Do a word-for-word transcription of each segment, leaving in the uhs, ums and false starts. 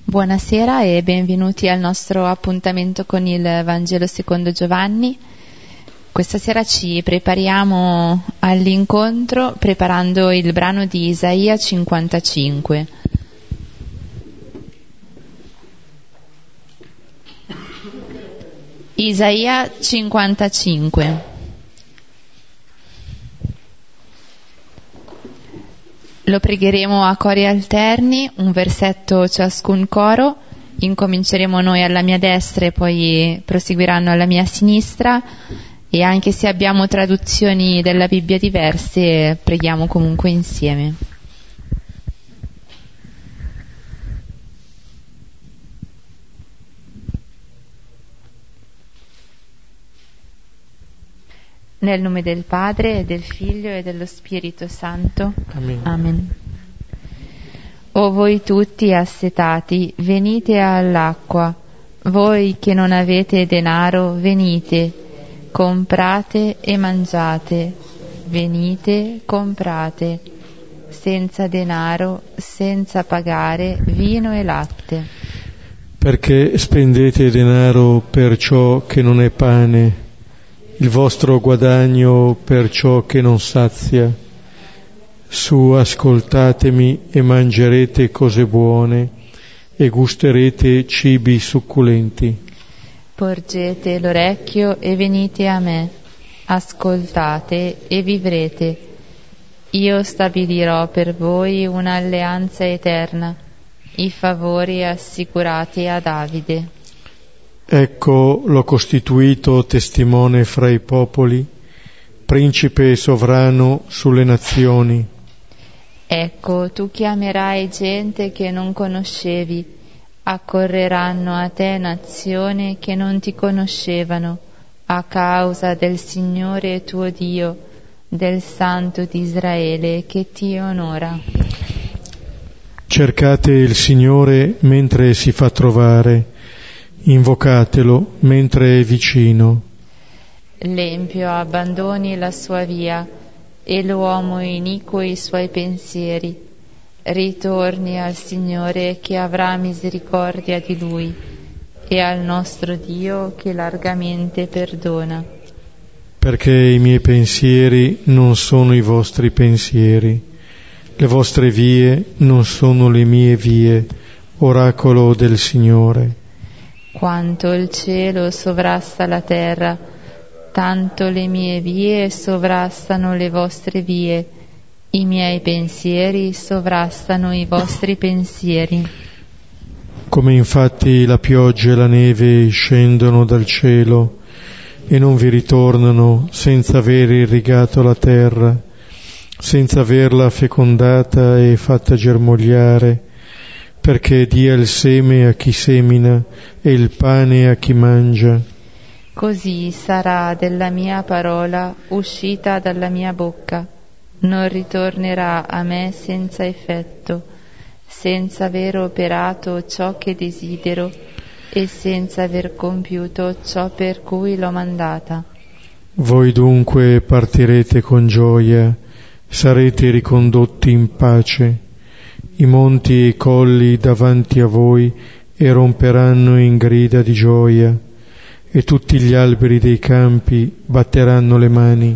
Buonasera e benvenuti al nostro appuntamento con il Vangelo secondo Giovanni. Questa sera ci prepariamo all'incontro preparando il brano di Isaia cinquantacinque. Isaia cinquantacinque. Lo pregheremo a cori alterni, un versetto ciascun coro. Incominceremo noi alla mia destra e poi proseguiranno alla mia sinistra, e anche se abbiamo traduzioni della Bibbia diverse, preghiamo comunque insieme. Nel nome del Padre, e del Figlio, e dello Spirito Santo. Amen. Amen. O voi tutti assetati, venite all'acqua. Voi che non avete denaro, venite, comprate e mangiate. Venite, comprate, senza denaro, senza pagare, vino e latte. Perché spendete denaro per ciò che non è pane, il vostro guadagno per ciò che non sazia. Su, ascoltatemi e mangerete cose buone e gusterete cibi succulenti. Porgete l'orecchio e venite a me, ascoltate e vivrete. Io stabilirò per voi un'alleanza eterna, i favori assicurati a Davide. Ecco, l'ho costituito testimone fra i popoli, principe e sovrano sulle nazioni. Ecco, tu chiamerai gente che non conoscevi, accorreranno a te nazioni che non ti conoscevano, a causa del Signore tuo Dio, del Santo di Israele che ti onora. Cercate il Signore mentre si fa trovare, invocatelo mentre è vicino. L'empio abbandoni la sua via e l'uomo iniquo i suoi pensieri. Ritorni al Signore che avrà misericordia di lui e al nostro Dio che largamente perdona. Perché i miei pensieri non sono i vostri pensieri, le vostre vie non sono le mie vie, oracolo del Signore. Quanto il cielo sovrasta la terra, tanto le mie vie sovrastano le vostre vie, i miei pensieri sovrastano i vostri pensieri. Come infatti la pioggia e la neve scendono dal cielo e non vi ritornano senza aver irrigato la terra, senza averla fecondata e fatta germogliare, perché dia il seme a chi semina e il pane a chi mangia. Così sarà della mia parola uscita dalla mia bocca, non ritornerà a me senza effetto, senza aver operato ciò che desidero e senza aver compiuto ciò per cui l'ho mandata. Voi dunque partirete con gioia, sarete ricondotti in pace. I monti e i colli davanti a voi eromperanno in grida di gioia, e tutti gli alberi dei campi batteranno le mani.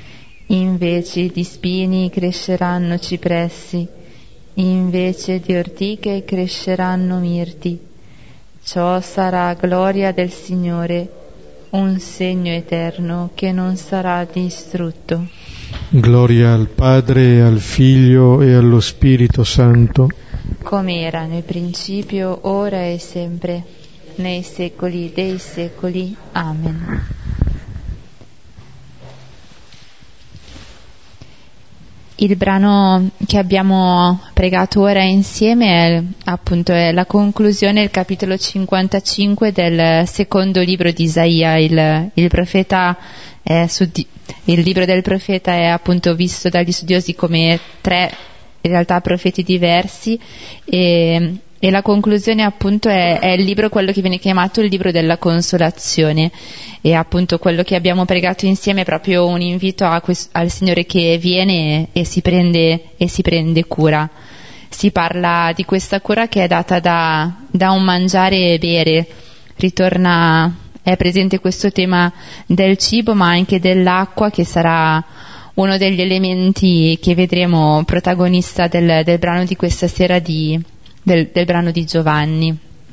Invece di spini cresceranno cipressi, invece di ortiche cresceranno mirti. Ciò sarà gloria del Signore, un segno eterno che non sarà distrutto. Gloria al Padre, al Figlio e allo Spirito Santo, come era nel principio, ora e sempre, nei secoli dei secoli. Amen. Il brano che abbiamo pregato ora insieme è appunto è la conclusione, il capitolo cinquantacinque del secondo libro di Isaia. Il, il profeta è suddi- il libro del profeta è appunto visto dagli studiosi come tre in realtà profeti diversi, e, e la conclusione appunto è, è il libro, quello che viene chiamato il libro della consolazione, e appunto quello che abbiamo pregato insieme è proprio un invito a quest- al Signore che viene e, e si prende e si prende cura si parla di questa cura che è data da, da un mangiare e bere. Ritorna, è presente questo tema del cibo, ma anche dell'acqua, che sarà uno degli elementi che vedremo protagonista del, del brano di questa sera, di, del, del brano di Giovanni.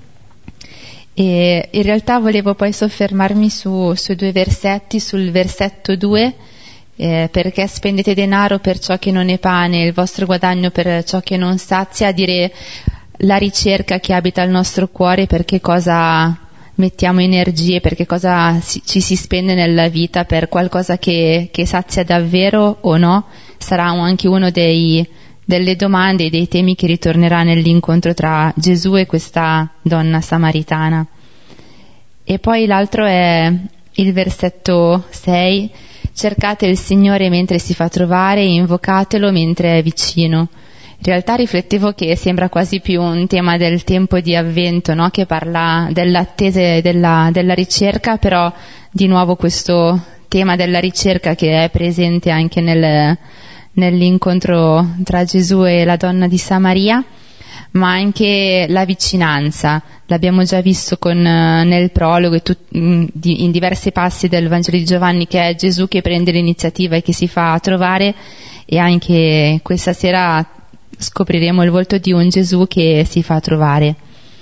E in realtà volevo poi soffermarmi su, su due versetti, sul versetto due, eh, perché spendete denaro per ciò che non è pane, il vostro guadagno per ciò che non sazia, a dire la ricerca che abita il nostro cuore, per che cosa mettiamo energie, per che cosa si, ci si spende nella vita, per qualcosa che, che sazia davvero o no, sarà anche uno dei, delle domande e dei temi che ritornerà nell'incontro tra Gesù e questa donna samaritana. E poi l'altro è il versetto sei: cercate il Signore mentre si fa trovare, invocatelo mentre è vicino. In realtà riflettevo che sembra quasi più un tema del tempo di Avvento, no? Che parla dell'attesa e della, della ricerca, però di nuovo questo tema della ricerca che è presente anche nel, nell'incontro tra Gesù e la donna di Samaria, ma anche la vicinanza. L'abbiamo già visto con, nel prologo e tut, in diversi passi del Vangelo di Giovanni, che è Gesù che prende l'iniziativa e che si fa trovare, e anche questa sera scopriremo il volto di un Gesù che si fa trovare.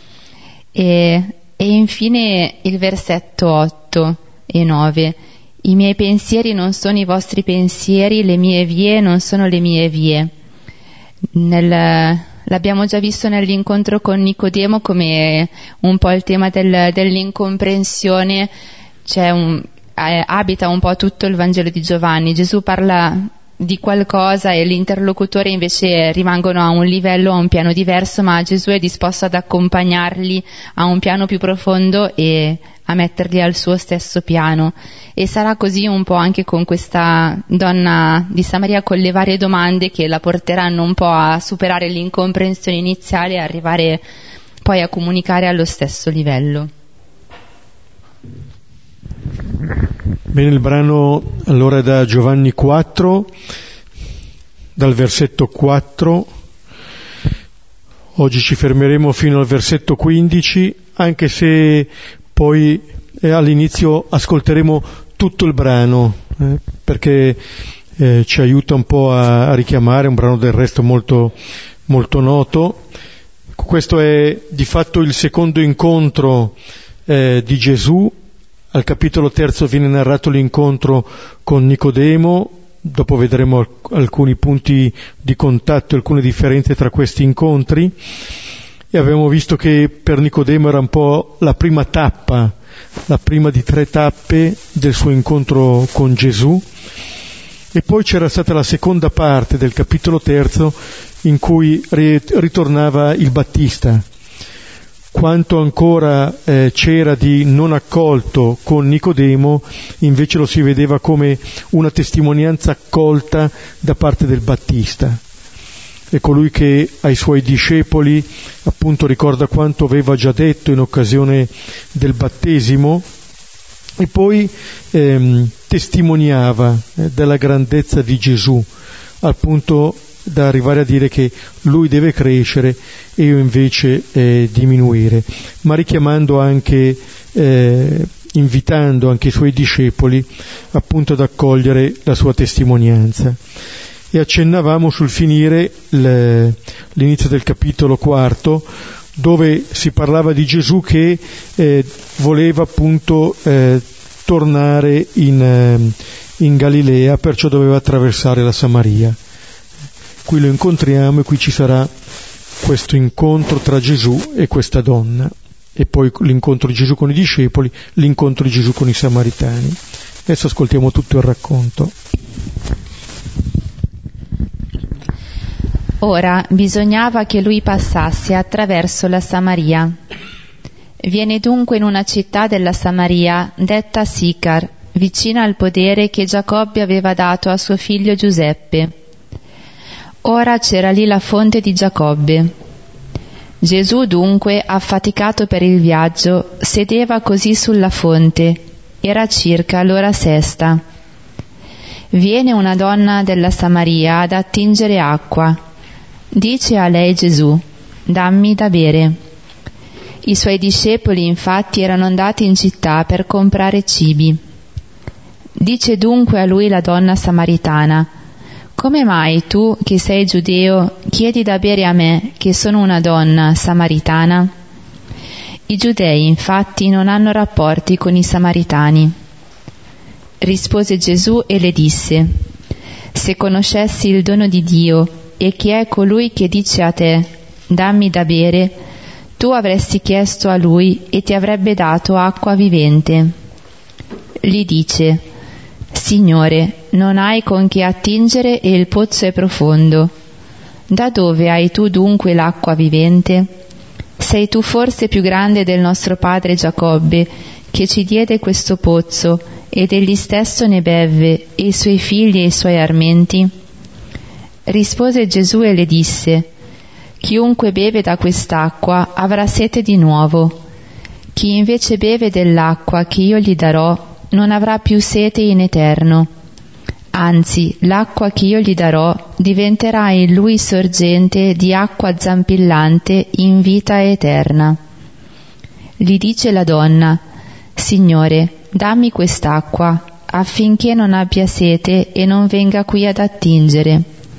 E, e infine il versetto otto e nove: i miei pensieri non sono i vostri pensieri, le mie vie non sono le mie vie. Nel, l'abbiamo già visto nell'incontro con Nicodemo come un po' il tema del, dell'incomprensione, c'è un, eh, abita un po' tutto il Vangelo di Giovanni. Gesù parla di qualcosa e l'interlocutore invece rimangono a un livello, a un piano diverso, ma Gesù è disposto ad accompagnarli a un piano più profondo e a metterli al suo stesso piano. E sarà così un po' anche con questa donna di Samaria, con le varie domande che la porteranno un po' a superare l'incomprensione iniziale e arrivare poi a comunicare allo stesso livello. Bene, il brano allora è da Giovanni quattro, dal versetto quattro. Oggi ci fermeremo fino al versetto quindici, anche se poi eh, all'inizio ascolteremo tutto il brano, eh, perché eh, ci aiuta un po' a, a richiamare, un brano del resto molto, molto noto. Questo è di fatto il secondo incontro eh, di Gesù. Al capitolo terzo viene narrato l'incontro con Nicodemo, dopo vedremo alcuni punti di contatto, alcune differenze tra questi incontri, e abbiamo visto che per Nicodemo era un po' la prima tappa, la prima di tre tappe del suo incontro con Gesù, e poi c'era stata la seconda parte del capitolo terzo in cui ritornava il Battista. Quanto ancora eh, c'era di non accolto con Nicodemo, invece lo si vedeva come una testimonianza accolta da parte del Battista. È colui che ai suoi discepoli appunto ricorda quanto aveva già detto in occasione del battesimo, e poi ehm, testimoniava eh, della grandezza di Gesù, al punto da arrivare a dire che lui deve crescere e io invece eh, diminuire, ma richiamando anche, eh, invitando anche i suoi discepoli appunto ad accogliere la sua testimonianza. E accennavamo sul finire le, l'inizio del capitolo quarto, dove si parlava di Gesù che eh, voleva appunto eh, tornare in, eh, in Galilea, perciò doveva attraversare la Samaria. Qui lo incontriamo e qui ci sarà questo incontro tra Gesù e questa donna, e poi l'incontro di Gesù con i discepoli, l'incontro di Gesù con i Samaritani. Adesso ascoltiamo tutto il racconto. Ora bisognava che lui passasse attraverso la Samaria. Viene dunque in una città della Samaria detta Sicar, vicina al podere che Giacobbe aveva dato a suo figlio Giuseppe. Ora c'era lì la fonte di Giacobbe. Gesù dunque, affaticato per il viaggio, sedeva così sulla fonte. Era circa l'ora sesta. Viene una donna della Samaria ad attingere acqua. Dice a lei Gesù: dammi da bere. I suoi discepoli infatti erano andati in città per comprare cibi. Dice dunque a lui la donna samaritana: come mai tu, che sei giudeo, chiedi da bere a me, che sono una donna samaritana? I giudei infatti non hanno rapporti con i samaritani. Rispose Gesù e le disse: se conoscessi il dono di Dio e chi è colui che dice a te: dammi da bere, tu avresti chiesto a lui e ti avrebbe dato acqua vivente. Gli dice: Signore, non hai con che attingere e il pozzo è profondo. Da dove hai tu dunque l'acqua vivente? Sei tu forse più grande del nostro padre Giacobbe, che ci diede questo pozzo, ed egli stesso ne bevve, e i suoi figli e i suoi armenti? Rispose Gesù e le disse: chiunque beve da quest'acqua avrà sete di nuovo. Chi invece beve dell'acqua che io gli darò non avrà più sete in eterno. Anzi, l'acqua che io gli darò diventerà in lui sorgente di acqua zampillante in vita eterna. Gli dice la donna: Signore, dammi quest'acqua, affinché non abbia sete e non venga qui ad attingere.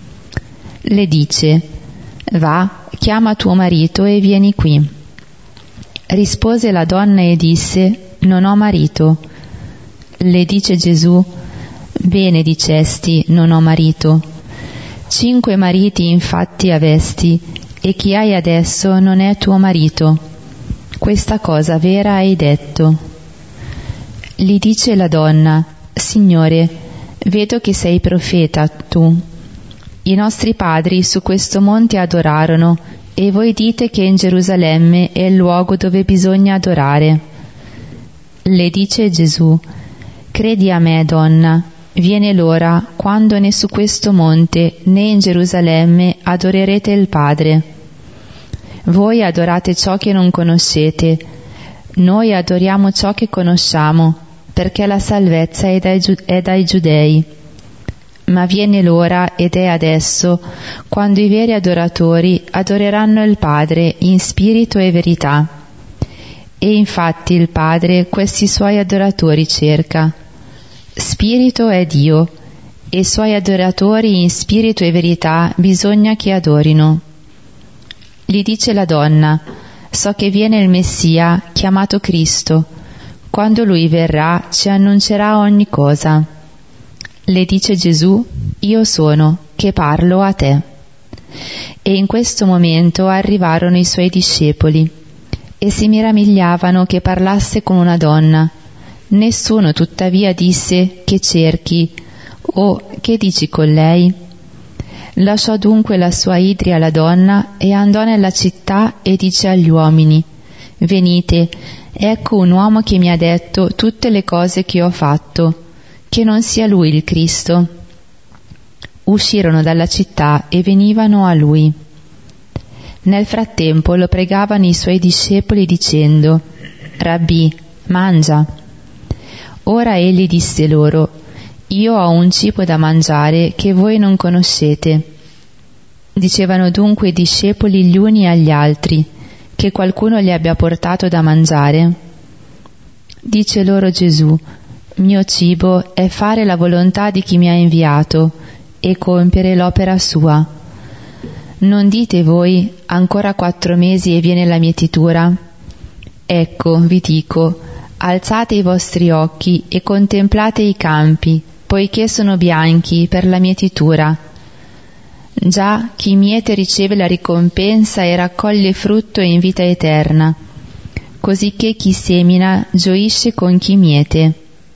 Le dice: va, chiama tuo marito e vieni qui. Rispose la donna e disse: non ho marito. Le dice Gesù: bene dicesti, non ho marito. Cinque mariti infatti avesti, e chi hai adesso non è tuo marito. Questa cosa vera hai detto. Gli dice la donna: Signore, vedo che sei profeta tu. I nostri padri su questo monte adorarono, e voi dite che in Gerusalemme è il luogo dove bisogna adorare. Le dice Gesù: credi a me, donna, viene l'ora quando né su questo monte né in Gerusalemme adorerete il Padre. Voi adorate ciò che non conoscete, noi adoriamo ciò che conosciamo, perché la salvezza è dai, è dai Giudei. Ma viene l'ora, ed è adesso, quando i veri adoratori adoreranno il Padre in spirito e verità. E infatti il Padre questi suoi adoratori cerca. Spirito è Dio, e i suoi adoratori in spirito e verità bisogna che adorino. Gli dice la donna: so che viene il Messia, chiamato Cristo. Quando lui verrà ci annuncerà ogni cosa. Le dice Gesù: io sono, che parlo a te. E in questo momento arrivarono i suoi discepoli, e si meravigliavano che parlasse con una donna. Nessuno tuttavia disse: che cerchi? O che dici con lei? Lasciò dunque la sua idria alla donna e andò nella città e dice agli uomini: venite, ecco un uomo che mi ha detto tutte le cose che ho fatto, che non sia lui il Cristo. Uscirono dalla città e venivano a lui. Nel frattempo lo pregavano i suoi discepoli dicendo: Rabbì, mangia. Ora egli disse loro: io ho un cibo da mangiare che voi non conoscete. Dicevano dunque i discepoli gli uni agli altri: che qualcuno gli abbia portato da mangiare? Dice loro Gesù: mio cibo è fare la volontà di chi mi ha inviato e compiere l'opera sua. Non dite voi: ancora quattro mesi e viene la mietitura? Ecco, vi dico, alzate i vostri occhi e contemplate i campi, poiché sono bianchi per la mietitura. Già chi miete riceve la ricompensa e raccoglie frutto in vita eterna, cosicché chi semina gioisce con chi miete.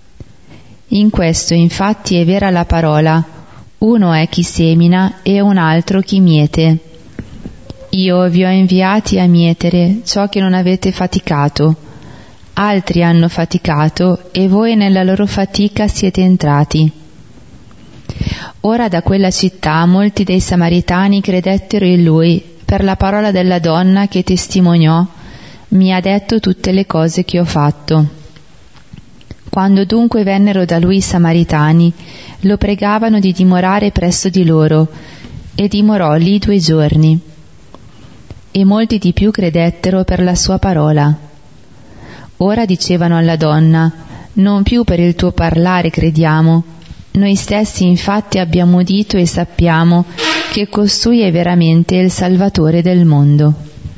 In questo infatti è vera la parola: uno è chi semina e un altro chi miete. Io vi ho inviati a mietere ciò che non avete faticato. Altri hanno faticato e voi nella loro fatica siete entrati. Ora da quella città molti dei Samaritani credettero in lui per la parola della donna che testimoniò: mi ha detto tutte le cose che ho fatto. Quando dunque vennero da lui i Samaritani, lo pregavano di dimorare presso di loro, e dimorò lì due giorni. E molti di più credettero per la sua parola. Ora dicevano alla donna: non più per il tuo parlare crediamo, noi stessi infatti abbiamo udito e sappiamo che costui è veramente il Salvatore del mondo.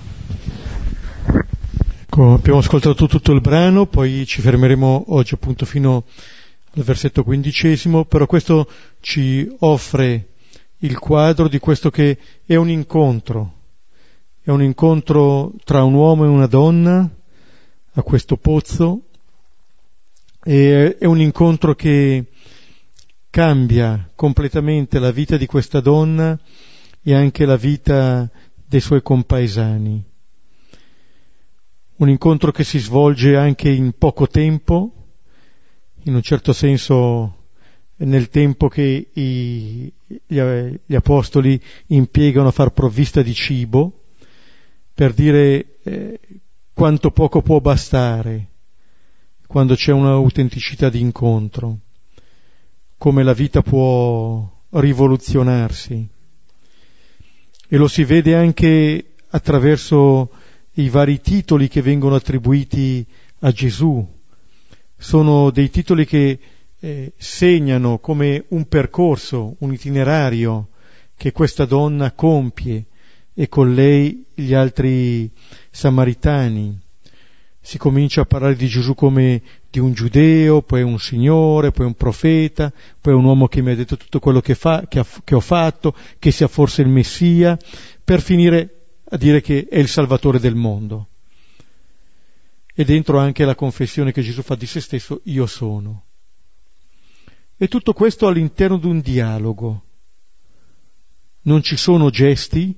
Ecco, abbiamo ascoltato tutto il brano, poi ci fermeremo oggi appunto fino al versetto quindicesimo, però questo ci offre il quadro di questo che è un incontro, è un incontro tra un uomo e una donna a questo pozzo, e è un incontro che cambia completamente la vita di questa donna e anche la vita dei suoi compaesani. Un incontro che si svolge anche in poco tempo, in un certo senso nel tempo che i, gli, gli apostoli impiegano a far provvista di cibo, per dire eh, quanto poco può bastare quando c'è un'autenticità di incontro, come la vita può rivoluzionarsi. E lo si vede anche attraverso i vari titoli che vengono attribuiti a Gesù. Sono dei titoli che eh, segnano come un percorso, un itinerario che questa donna compie, e con lei gli altri samaritani. Si comincia a parlare di Gesù come di un giudeo, poi un signore, poi un profeta, poi un uomo che mi ha detto tutto quello che, fa, che, ha, che ho fatto, che sia forse il Messia, per finire a dire che è il Salvatore del mondo. E dentro anche la confessione che Gesù fa di se stesso: io sono. E tutto questo all'interno di un dialogo. Non ci sono gesti,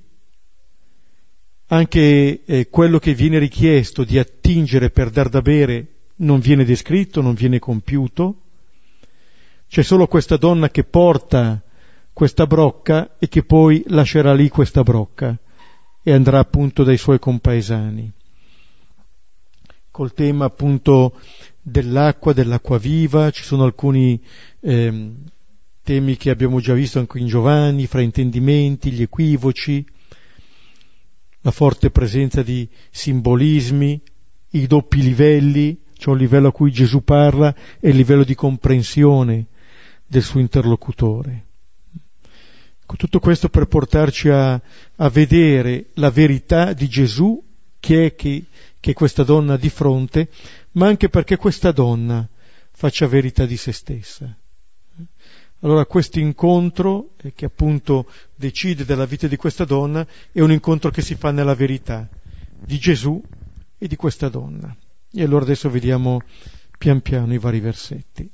anche eh, quello che viene richiesto di attingere per dar da bere non viene descritto, non viene compiuto. C'è solo questa donna che porta questa brocca e che poi lascerà lì questa brocca e andrà appunto dai suoi compaesani. Col tema appunto dell'acqua, dell'acqua viva, ci sono alcuni eh, temi che abbiamo già visto anche in Giovanni, fraintendimenti, gli equivoci, la forte presenza di simbolismi, i doppi livelli, c'è un livello a cui Gesù parla e il livello di comprensione del suo interlocutore. Tutto questo per portarci a, a vedere la verità di Gesù che è che, che questa donna ha di fronte, ma anche perché questa donna faccia verità di se stessa. Allora questo incontro, eh, che appunto decide della vita di questa donna, è un incontro che si fa nella verità di Gesù e di questa donna. E allora adesso vediamo pian piano i vari versetti.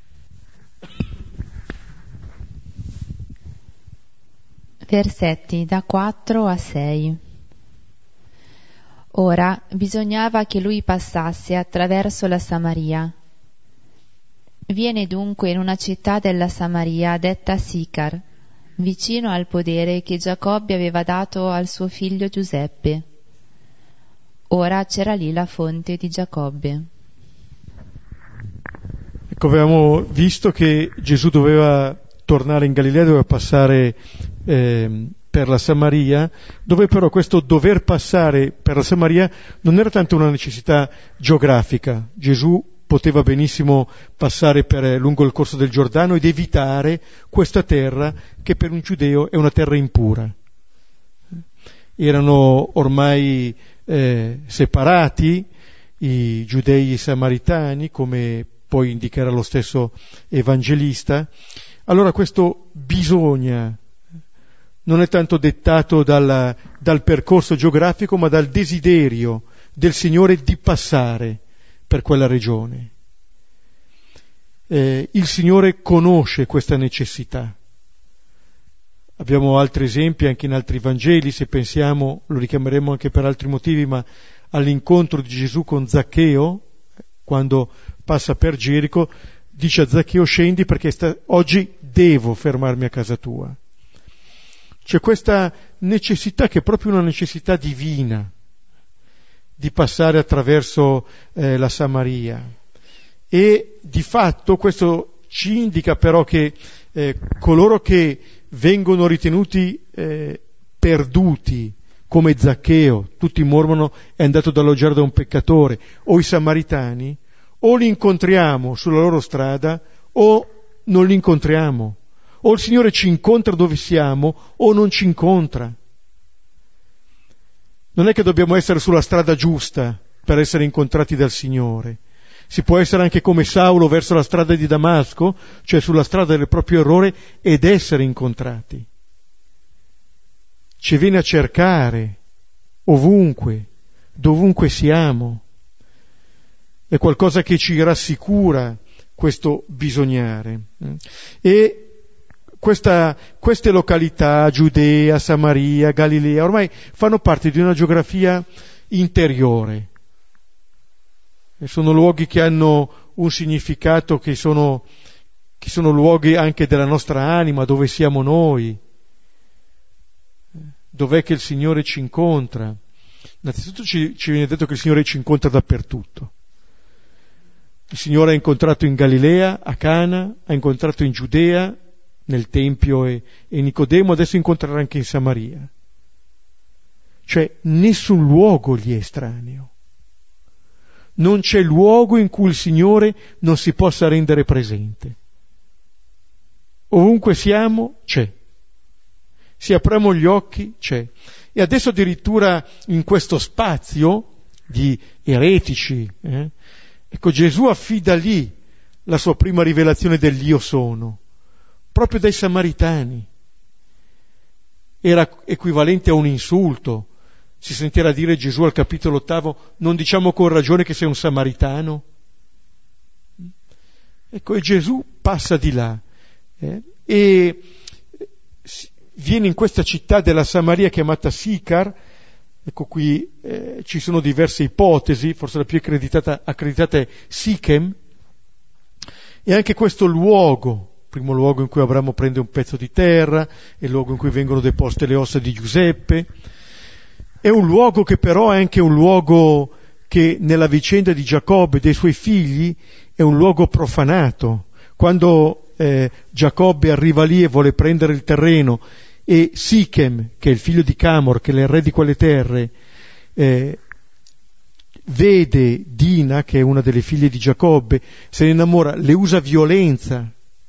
Versetti da quattro a sei. Ora bisognava che lui passasse attraverso la Samaria. Viene dunque in una città della Samaria detta Sicar, vicino al podere che Giacobbe aveva dato al suo figlio Giuseppe. Ora c'era lì la fonte di Giacobbe. Ecco, avevamo visto che Gesù doveva tornare in Galilea, doveva passare eh, per la Samaria, dove però questo dover passare per la Samaria non era tanto una necessità geografica. Gesù poteva benissimo passare per, lungo il corso del Giordano ed evitare questa terra che per un giudeo è una terra impura. Erano ormai eh, separati i giudei e i samaritani, come poi indicherà lo stesso evangelista. Allora questo bisogna non è tanto dettato dal, dal percorso geografico, ma dal desiderio del Signore di passare per quella regione. Eh, il Signore conosce questa necessità. Abbiamo altri esempi anche in altri Vangeli, se pensiamo, lo richiameremo anche per altri motivi, ma all'incontro di Gesù con Zaccheo, quando passa per Gerico, dice a Zaccheo: scendi perché sta, oggi devo fermarmi a casa tua. C'è questa necessità che è proprio una necessità divina di passare attraverso eh, la Samaria, e di fatto questo ci indica però che eh, coloro che vengono ritenuti eh, perduti, come Zaccheo, tutti mormorano è andato ad alloggiare da un peccatore, o i samaritani, o li incontriamo sulla loro strada o non li incontriamo, o il Signore ci incontra dove siamo o non ci incontra. Non è che dobbiamo essere sulla strada giusta per essere incontrati dal Signore. Si può essere anche come Saulo verso la strada di Damasco, cioè sulla strada del proprio errore, ed essere incontrati. Ci viene a cercare ovunque, dovunque siamo. È qualcosa che ci rassicura questo bisognare. E questa, queste località, Giudea, Samaria, Galilea, ormai fanno parte di una geografia interiore. E sono luoghi che hanno un significato, che sono, che sono luoghi anche della nostra anima, dove siamo noi. Dov'è che il Signore ci incontra? Innanzitutto ci, ci viene detto che il Signore ci incontra dappertutto. Il Signore ha incontrato in Galilea, a Cana, ha incontrato in Giudea, nel Tempio e, e Nicodemo, adesso incontrerà anche in Samaria. Cioè nessun luogo gli è estraneo. Non c'è luogo in cui il Signore non si possa rendere presente. Ovunque siamo, c'è. Se apriamo gli occhi, c'è. E adesso addirittura in questo spazio di eretici, eh, ecco, Gesù affida lì la sua prima rivelazione dell'Io sono, proprio dai Samaritani. Era equivalente a un insulto. Si sentirà dire Gesù al capitolo ottavo: non diciamo con ragione che sei un samaritano? Ecco, e Gesù passa di là eh, e viene in questa città della Samaria chiamata Sicar. Ecco, qui eh, ci sono diverse ipotesi, forse la più accreditata, accreditata è Sichem, e anche questo luogo, primo luogo in cui Abramo prende un pezzo di terra, è il luogo in cui vengono deposte le ossa di Giuseppe, è un luogo che però è anche un luogo che nella vicenda di Giacobbe e dei suoi figli è un luogo profanato. Quando eh, Giacobbe arriva lì e vuole prendere il terreno, e Sichem, che è il figlio di Camor, che è il re di quelle terre, eh, vede Dina, che è una delle figlie di Giacobbe, se ne innamora, le usa violenza,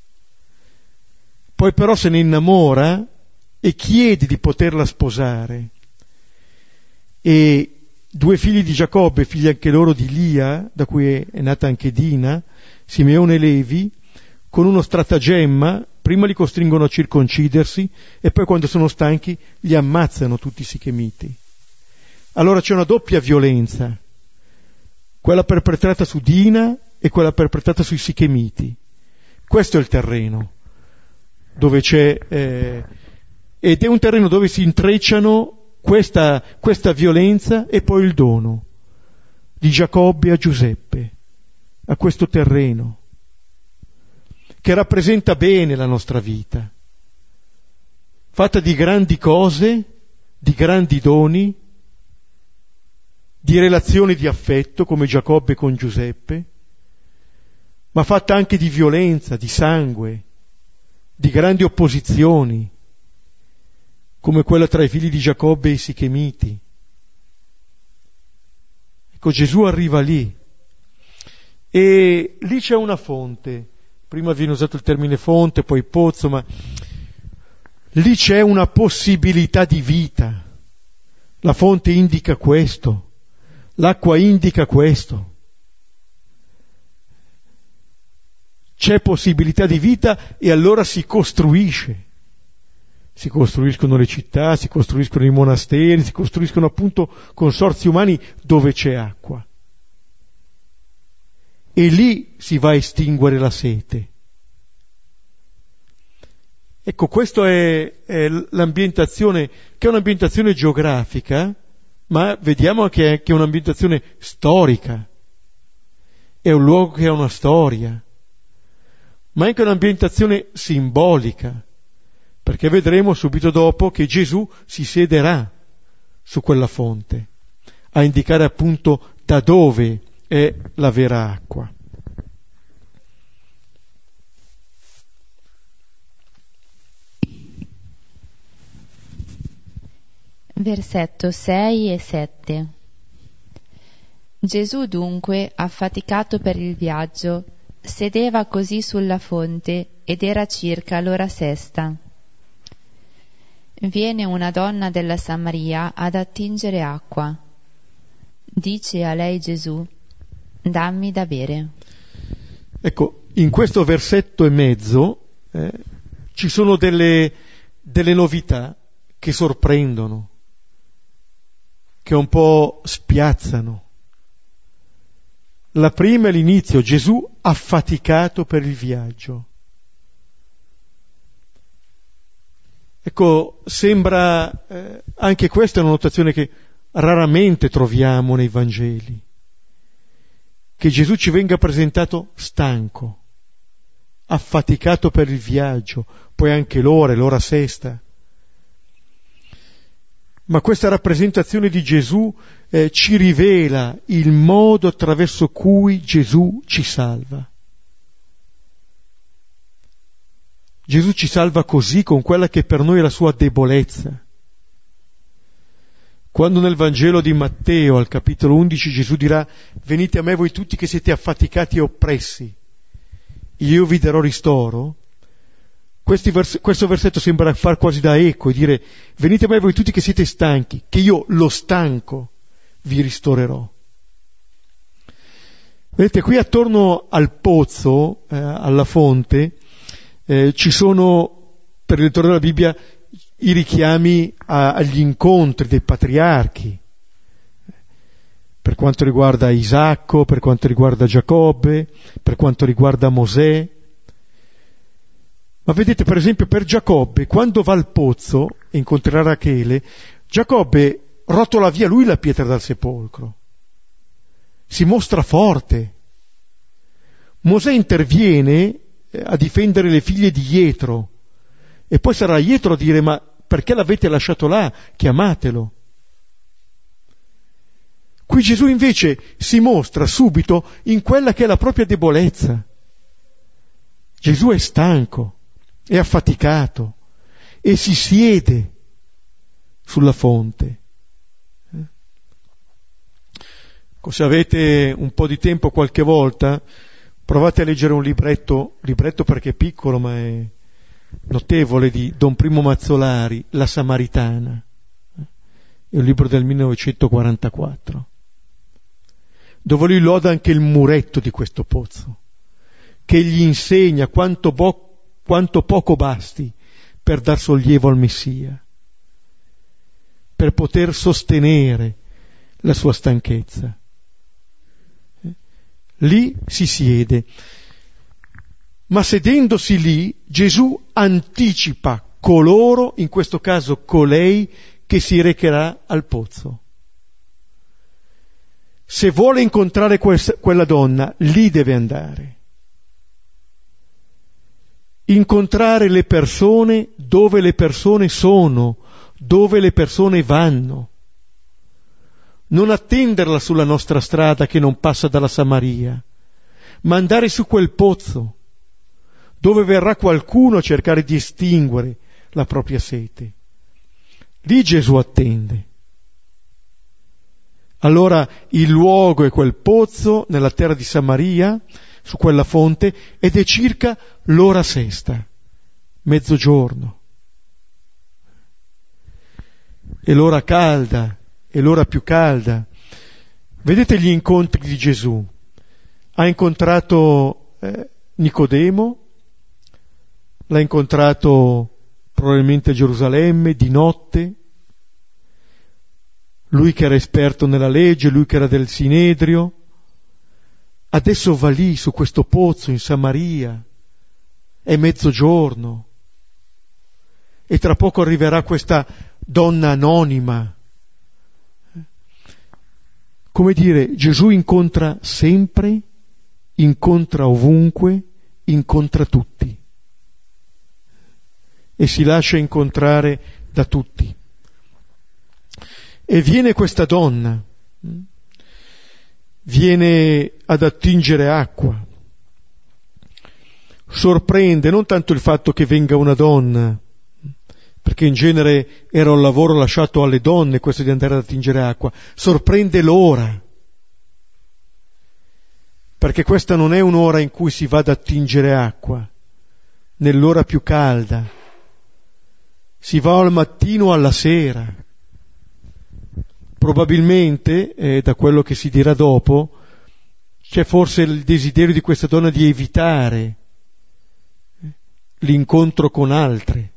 poi però se ne innamora e chiede di poterla sposare. E due figli di Giacobbe, figli anche loro di Lia, da cui è nata anche Dina, Simeone e Levi, con uno stratagemma, prima li costringono a circoncidersi e poi quando sono stanchi li ammazzano tutti i sichemiti. Allora c'è una doppia violenza, quella perpetrata su Dina e quella perpetrata sui sichemiti. Questo è il terreno dove c'è, eh, ed è un terreno dove si intrecciano questa, questa violenza e poi il dono di Giacobbe a Giuseppe, a questo terreno, che rappresenta bene la nostra vita, fatta di grandi cose, di grandi doni, di relazioni di affetto come Giacobbe con Giuseppe, ma fatta anche di violenza, di sangue, di grandi opposizioni, come quella tra i figli di Giacobbe e i sichemiti. Ecco, Gesù arriva lì e lì c'è una fonte. Prima viene usato il termine fonte, poi pozzo, ma lì c'è una possibilità di vita. La fonte indica questo, l'acqua indica questo. C'è possibilità di vita e allora si costruisce. Si costruiscono le città, si costruiscono i monasteri, si costruiscono appunto consorzi umani dove c'è acqua. E lì si va a estinguere la sete. Ecco, questa è, è l'ambientazione, che è un'ambientazione geografica, ma vediamo che è, che è un'ambientazione storica. È un luogo che ha una storia, ma anche un'ambientazione simbolica, perché vedremo subito dopo che Gesù si siederà su quella fonte, a indicare appunto da dove è la vera acqua. Versetto sei e sette. Gesù dunque, affaticato per il viaggio, sedeva così sulla fonte ed era circa l'ora sesta. Viene una donna della Samaria ad attingere acqua. Dice a lei Gesù: dammi da bere. Ecco, in questo versetto e mezzo eh, ci sono delle, delle novità che sorprendono, che un po' spiazzano. La prima è l'inizio, Gesù affaticato per il viaggio. Ecco, sembra, eh, anche questa è una notazione che raramente troviamo nei Vangeli, che Gesù ci venga presentato stanco, affaticato per il viaggio, poi anche l'ora, l'ora sesta. Ma questa rappresentazione di Gesù eh, ci rivela il modo attraverso cui Gesù ci salva. Gesù ci salva così, con quella che per noi è la sua debolezza. Quando nel Vangelo di Matteo, al capitolo undici, Gesù dirà: venite a me voi tutti che siete affaticati e oppressi, io vi darò ristoro. Vers- questo versetto sembra far quasi da eco e dire: venite a me voi tutti che siete stanchi, che io, lo stanco, vi ristorerò. Vedete, qui attorno al pozzo, eh, alla fonte, eh, ci sono, per il lettore della Bibbia, i richiami a, agli incontri dei patriarchi, per quanto riguarda Isacco, per quanto riguarda Giacobbe, per quanto riguarda Mosè. Ma vedete, per esempio, per Giacobbe, quando va al pozzo e incontrerà Rachele, Giacobbe rotola via lui la pietra dal sepolcro, si mostra forte. Mosè interviene a difendere le figlie di Jetro, e poi sarà Jetro a dire: ma perché l'avete lasciato là? Chiamatelo. Qui Gesù invece si mostra subito in quella che è la propria debolezza. Gesù è stanco, è affaticato e si siede sulla fonte. Se avete un po' di tempo qualche volta, provate a leggere un libretto, libretto perché è piccolo ma è notevole, di Don Primo Mazzolari, La Samaritana. È un libro del millenovecentoquarantaquattro, dove lui loda anche il muretto di questo pozzo, che gli insegna quanto, bo- quanto poco basti per dar sollievo al Messia, per poter sostenere la sua stanchezza. Lì si siede, ma sedendosi lì Gesù anticipa coloro, in questo caso colei, che si recherà al pozzo. Se vuole incontrare que- quella donna, lì deve andare. Incontrare le persone dove le persone sono, dove le persone vanno. Non attenderla sulla nostra strada che non passa dalla Samaria, ma andare su quel pozzo, dove verrà qualcuno a cercare di estinguere la propria sete. Lì Gesù attende. Allora il luogo è quel pozzo nella terra di Samaria, su quella fonte, ed è circa l'ora sesta, mezzogiorno. È l'ora calda, è l'ora più calda. Vedete gli incontri di Gesù. Ha incontrato eh, Nicodemo, l'ha incontrato probabilmente a Gerusalemme di notte, lui che era esperto nella legge, lui che era del Sinedrio. Adesso va lì su questo pozzo in Samaria, è mezzogiorno, e tra poco arriverà questa donna anonima. Come dire, Gesù incontra sempre, incontra ovunque, incontra tutti e si lascia incontrare da tutti. E viene questa donna, viene ad attingere acqua. Sorprende non tanto il fatto che venga una donna, perché in genere era un lavoro lasciato alle donne questo di andare ad attingere acqua. Sorprende l'ora, perché questa non è un'ora in cui si va ad attingere acqua, nell'ora più calda, si va al mattino o alla sera. Probabilmente, eh, da quello che si dirà dopo, c'è forse il desiderio di questa donna di evitare l'incontro con altre.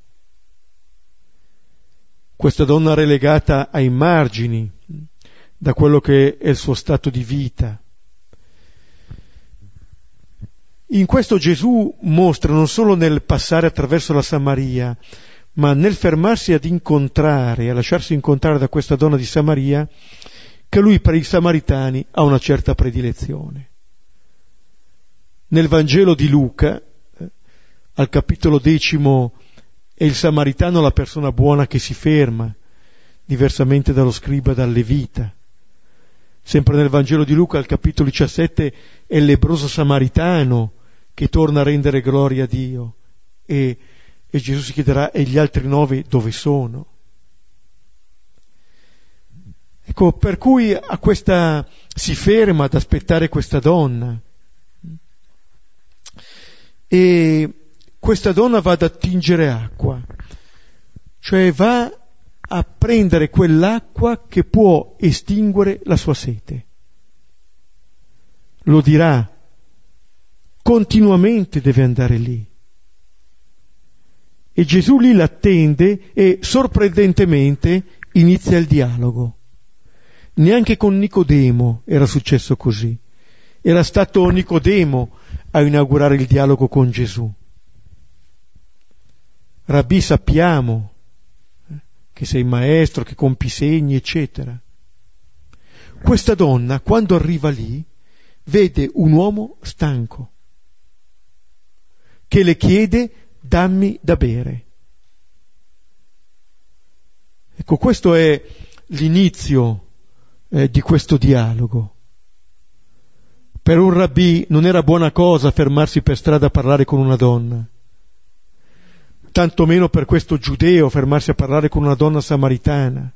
Questa donna relegata ai margini da quello che è il suo stato di vita. In questo Gesù mostra non solo nel passare attraverso la Samaria, ma nel fermarsi ad incontrare, a lasciarsi incontrare da questa donna di Samaria, che lui per i samaritani ha una certa predilezione. Nel Vangelo di Luca, eh, al capitolo decimo, è il samaritano la persona buona che si ferma, diversamente dallo scriba e dal levita. Sempre nel Vangelo di Luca, al capitolo diciassette, è il lebbroso samaritano che torna a rendere gloria a Dio, e, e Gesù si chiederà: e gli altri nove dove sono? Ecco, per cui a questa si ferma ad aspettare questa donna, e questa donna va ad attingere acqua, cioè va a prendere quell'acqua che può estinguere la sua sete. Lo dirà, continuamente deve andare lì. E Gesù lì l'attende e sorprendentemente inizia il dialogo. Neanche con Nicodemo era successo così. Era stato Nicodemo a inaugurare il dialogo con Gesù. Rabbì, sappiamo che sei maestro, che compi segni, eccetera. Questa donna, quando arriva lì, vede un uomo stanco che le chiede: dammi da bere. Ecco, questo è l'inizio eh, di questo dialogo. Per un rabbì non era buona cosa fermarsi per strada a parlare con una donna, tanto meno per questo giudeo fermarsi a parlare con una donna samaritana.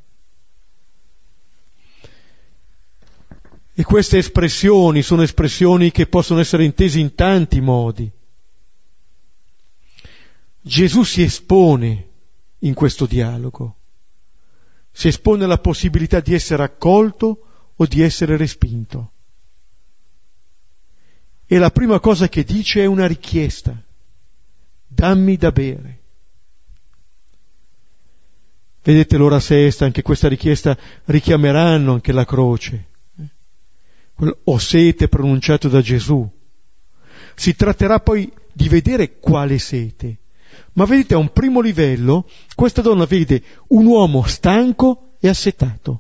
E queste espressioni sono espressioni che possono essere intese in tanti modi. Gesù si espone in questo dialogo, si espone alla possibilità di essere accolto o di essere respinto. E la prima cosa che dice è una richiesta: dammi da bere. Vedete, l'ora sesta, anche questa richiesta richiameranno anche la croce. Ho sete pronunciato da Gesù. Si tratterà poi di vedere quale sete. Ma vedete, a un primo livello, questa donna vede un uomo stanco e assetato.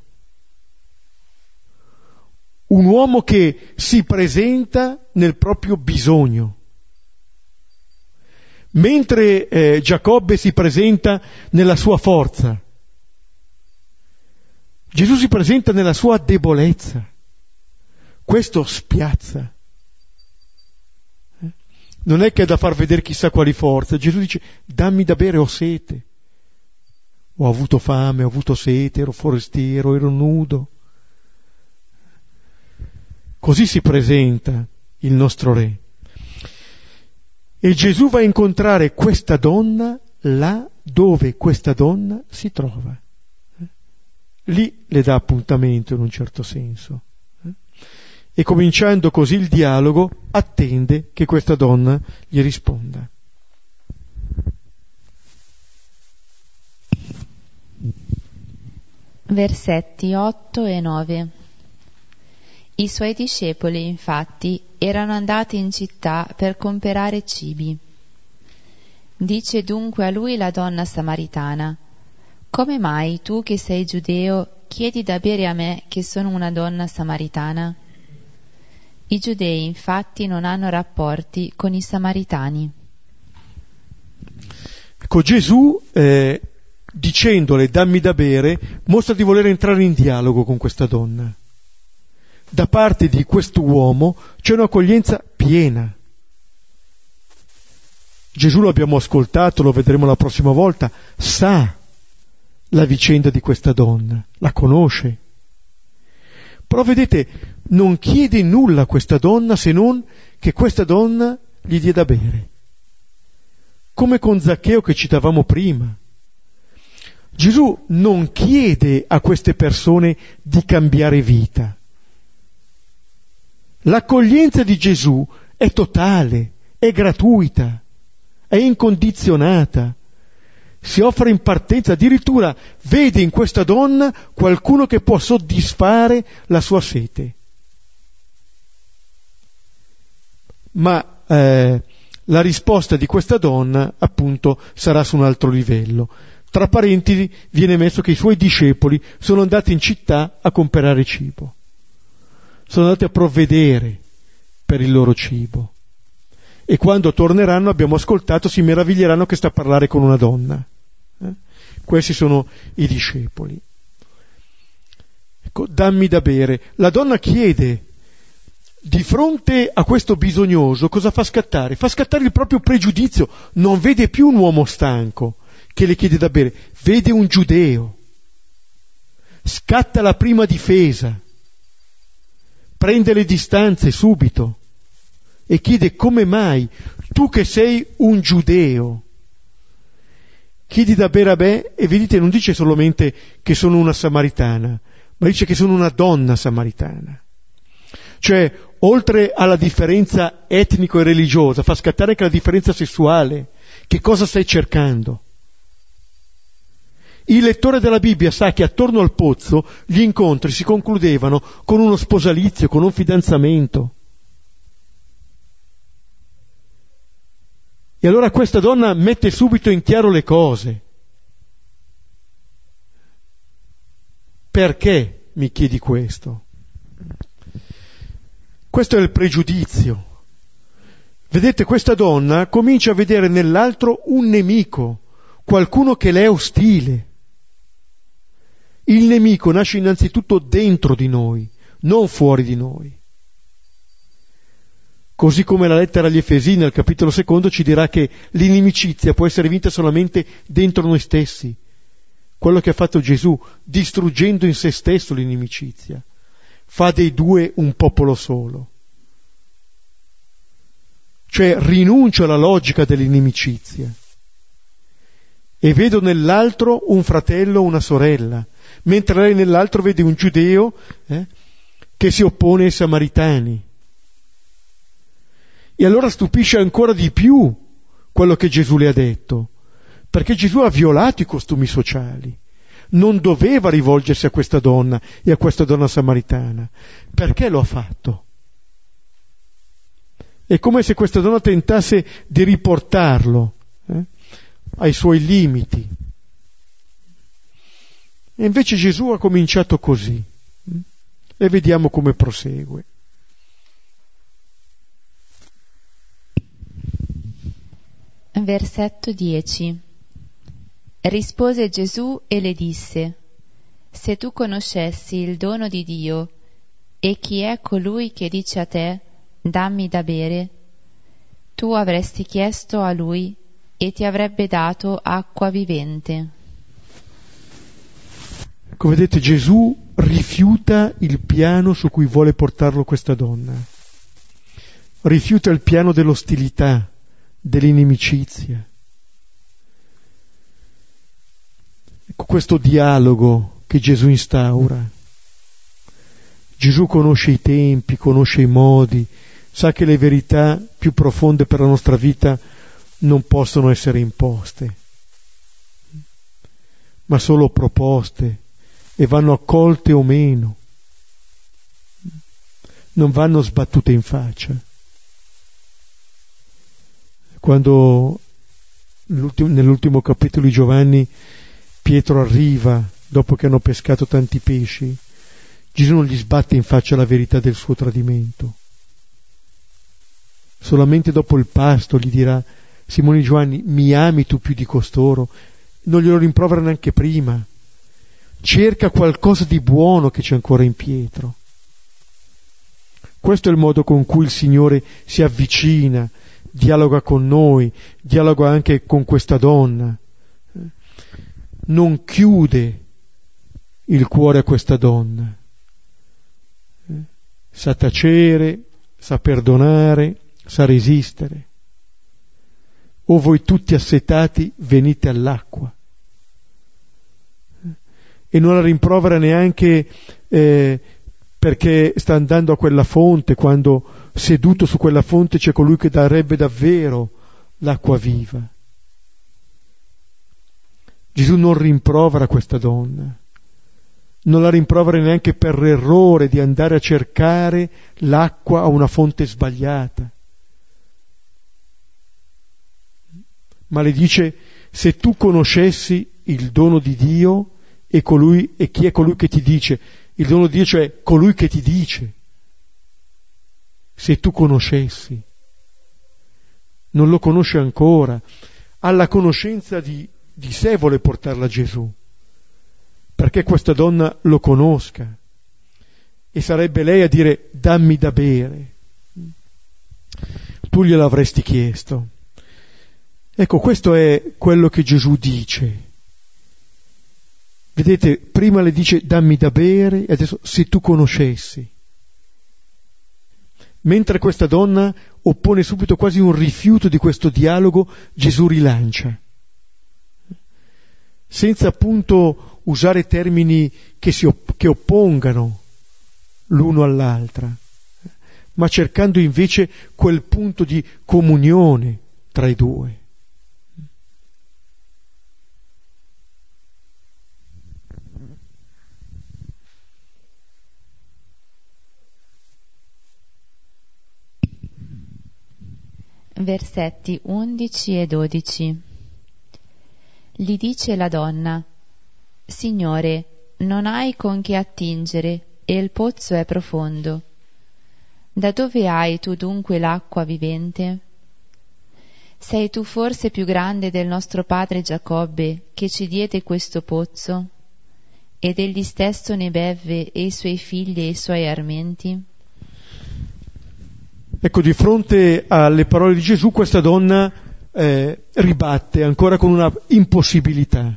Un uomo che si presenta nel proprio bisogno. Mentre eh, Giacobbe si presenta nella sua forza, Gesù si presenta nella sua debolezza. Questo spiazza. Non è che è da far vedere chissà quali forze. Gesù dice: dammi da bere, ho sete. Ho avuto fame, ho avuto sete, ero forestiero, ero nudo. Così si presenta il nostro Re. E Gesù va a incontrare questa donna là dove questa donna si trova. Lì le dà appuntamento in un certo senso. E cominciando così il dialogo, attende che questa donna gli risponda. Versetti otto e nove. I suoi discepoli, infatti, erano andati in città per comperare cibi. Dice dunque a lui la donna samaritana: come mai tu che sei giudeo chiedi da bere a me che sono una donna samaritana? I giudei infatti non hanno rapporti con i samaritani. Ecco, Gesù, eh, dicendole dammi da bere, mostra di voler entrare in dialogo con questa donna. Da parte di questo uomo c'è un'accoglienza piena. Gesù, lo abbiamo ascoltato, lo vedremo la prossima volta, sa la vicenda di questa donna, la conosce. Però vedete, non chiede nulla a questa donna se non che questa donna gli dia da bere. Come con Zaccheo che citavamo prima. Gesù non chiede a queste persone di cambiare vita. L'accoglienza di Gesù è totale, è gratuita, è incondizionata. Si offre in partenza, addirittura vede in questa donna qualcuno che può soddisfare la sua sete. Ma eh, la risposta di questa donna, appunto, sarà su un altro livello. Tra parentesi viene messo che i suoi discepoli sono andati in città a comprare cibo. Sono andati a provvedere per il loro cibo. E quando torneranno, abbiamo ascoltato, si meraviglieranno che sta a parlare con una donna. Eh? Questi sono i discepoli. Ecco, dammi da bere. La donna chiede, di fronte a questo bisognoso, cosa fa scattare? Fa scattare il proprio pregiudizio. Non vede più un uomo stanco che le chiede da bere, vede un giudeo. Scatta la prima difesa. Prende le distanze subito. E chiede come mai, tu che sei un giudeo, chiedi da bere a me, e vedete non dice solamente che sono una samaritana, ma dice che sono una donna samaritana. Cioè, oltre alla differenza etnico e religiosa, fa scattare anche la differenza sessuale. Che cosa stai cercando? Il lettore della Bibbia sa che attorno al pozzo gli incontri si concludevano con uno sposalizio, con un fidanzamento. E allora questa donna mette subito in chiaro le cose. Perché mi chiedi questo? Questo è il pregiudizio. Vedete, questa donna comincia a vedere nell'altro un nemico, qualcuno che le è ostile. Il nemico nasce innanzitutto dentro di noi, non fuori di noi. Così come la lettera agli Efesini al capitolo secondo ci dirà che l'inimicizia può essere vinta solamente dentro noi stessi. Quello che ha fatto Gesù, distruggendo in se stesso l'inimicizia, fa dei due un popolo solo. Cioè rinuncio alla logica dell'inimicizia e vedo nell'altro un fratello o una sorella, mentre lei nell'altro vede un giudeo eh, che si oppone ai samaritani. E allora stupisce ancora di più quello che Gesù le ha detto, perché Gesù ha violato i costumi sociali. Non doveva rivolgersi a questa donna e a questa donna samaritana. Perché lo ha fatto? È come se questa donna tentasse di riportarlo eh, ai suoi limiti. E invece Gesù ha cominciato così. E vediamo come prosegue. Versetto dieci. Rispose Gesù e le disse: Se tu conoscessi il dono di Dio e chi è colui che dice a te, dammi da bere, tu avresti chiesto a lui e ti avrebbe dato acqua vivente. Ecco, vedete, Gesù rifiuta il piano su cui vuole portarlo questa donna. Rifiuta il piano dell'ostilità, dell'inimicizia. Ecco questo dialogo che Gesù instaura. Gesù conosce i tempi, conosce i modi, sa che le verità più profonde per la nostra vita non possono essere imposte, ma solo proposte, e vanno accolte o meno, non vanno sbattute in faccia. Quando nell'ultimo capitolo di Giovanni Pietro arriva dopo che hanno pescato tanti pesci, Gesù non gli sbatte in faccia la verità del suo tradimento. Solamente dopo il pasto gli dirà: Simone Giovanni, mi ami tu più di costoro? Non glielo rimprovera neanche prima. Cerca qualcosa di buono che c'è ancora in Pietro. Questo è il modo con cui il Signore si avvicina, dialoga con noi, dialoga anche con questa donna. non chiude il cuore a questa donna. Eh? Sa tacere, sa perdonare, sa resistere. O voi tutti assetati venite all'acqua. E non la rimprovera neanche eh, perché sta andando a quella fonte, quando seduto su quella fonte c'è colui che darebbe davvero l'acqua viva. Gesù non rimprovera questa donna, non la rimprovera neanche per l'errore di andare a cercare l'acqua a una fonte sbagliata, ma le dice: se tu conoscessi il dono di Dio e colui, e chi è colui che ti dice, il dono di Dio, cioè colui che ti dice, se tu conoscessi, non lo conosce ancora, alla conoscenza di, di sé vuole portarla a Gesù, perché questa donna lo conosca, e sarebbe lei a dire: dammi da bere. Tu gliel'avresti chiesto. Ecco, questo è quello che Gesù dice. Vedete, prima le dice dammi da bere, e adesso se tu conoscessi. Mentre questa donna oppone subito quasi un rifiuto di questo dialogo, Gesù rilancia. Senza appunto usare termini che, si opp- che oppongano l'uno all'altra, ma cercando invece quel punto di comunione tra i due. Versetti undici e dodici. Gli dice la donna: Signore, non hai con che attingere e il pozzo è profondo. Da dove hai tu dunque l'acqua vivente? Sei tu forse più grande del nostro padre Giacobbe, che ci diede questo pozzo? Ed egli stesso ne bevve, e i suoi figli e i suoi armenti? Ecco, di fronte alle parole di Gesù, questa donna eh, ribatte ancora con una impossibilità.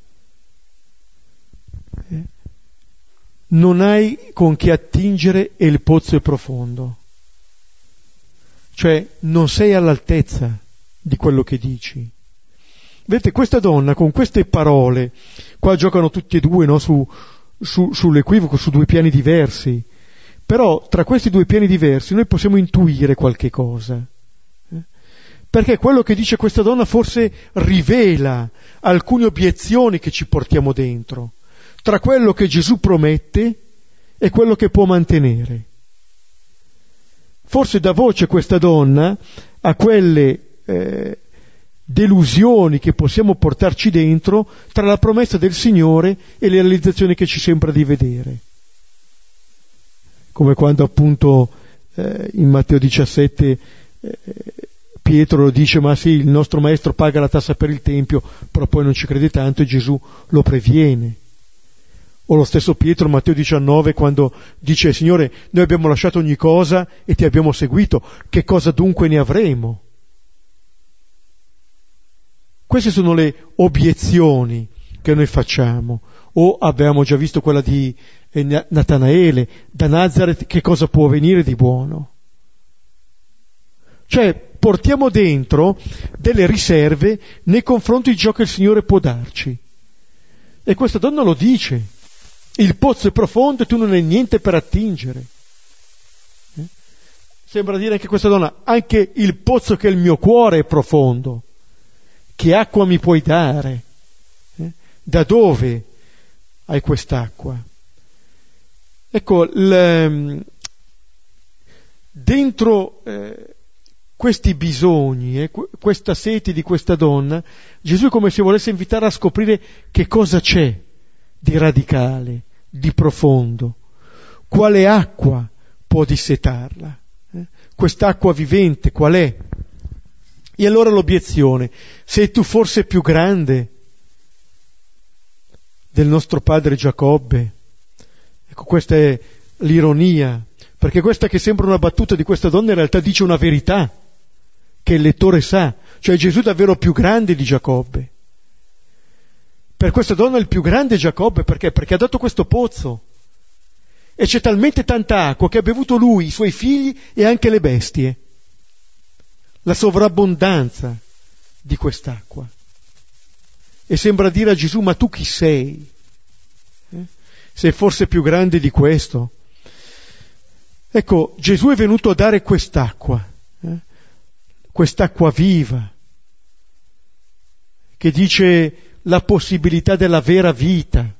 Eh, non hai con che attingere e il pozzo è profondo. Cioè, non sei all'altezza di quello che dici. Vedete, questa donna con queste parole, qua giocano tutti e due, no, su, su, sull'equivoco, su due piani diversi. Però tra questi due piani diversi noi possiamo intuire qualche cosa, eh? Perché quello che dice questa donna forse rivela alcune obiezioni che ci portiamo dentro, tra quello che Gesù promette e quello che può mantenere. Forse dà voce questa donna a quelle eh, delusioni che possiamo portarci dentro tra la promessa del Signore e le realizzazioni che ci sembra di vedere. Come quando appunto eh, in Matteo diciassette eh, Pietro lo dice: ma sì, il nostro maestro paga la tassa per il Tempio, però poi non ci crede tanto, e Gesù lo previene. O lo stesso Pietro, Matteo diciannove, quando dice: Signore, noi abbiamo lasciato ogni cosa e ti abbiamo seguito, che cosa dunque ne avremo? Queste sono le obiezioni che noi facciamo. O abbiamo già visto quella di eh, Natanaele: da Nazareth che cosa può venire di buono? Cioè portiamo dentro delle riserve nei confronti di ciò che il Signore può darci. E questa donna lo dice: il pozzo è profondo e tu non hai niente per attingere. Eh? Sembra dire anche questa donna: anche il pozzo che è il mio cuore è profondo. Che acqua mi puoi dare? Eh? Da dove hai quest'acqua? Ecco, il, dentro eh, questi bisogni e eh, questa sete di questa donna, Gesù è come se volesse invitare a scoprire che cosa c'è di radicale, di profondo, quale acqua può dissetarla, eh? Quest'acqua vivente qual è? E allora l'obiezione: sei tu forse più grande del nostro padre Giacobbe? Ecco, questa è l'ironia, perché questa che sembra una battuta di questa donna in realtà dice una verità che il lettore sa, cioè Gesù è davvero più grande di Giacobbe. Per questa donna il più grande è Giacobbe, perché? Perché ha dato questo pozzo. E c'è talmente tanta acqua che ha bevuto lui, i suoi figli e anche le bestie. La sovrabbondanza di quest'acqua. E sembra dire a Gesù: ma tu chi sei? Eh? Sei forse più grande di questo? Ecco, Gesù è venuto a dare quest'acqua, eh? quest'acqua viva, che dice la possibilità della vera vita,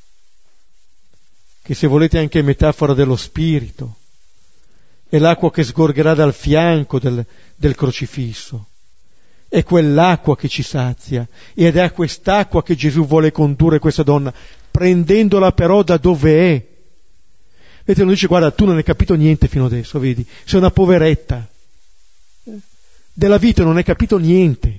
che se volete è anche metafora dello spirito, è l'acqua che sgorgerà dal fianco del, del crocifisso, è quell'acqua che ci sazia, ed è a quest'acqua che Gesù vuole condurre questa donna, prendendola però da dove è. Vedete, non dice: guarda, tu non hai capito niente fino adesso, vedi, sei una poveretta, della vita non hai capito niente.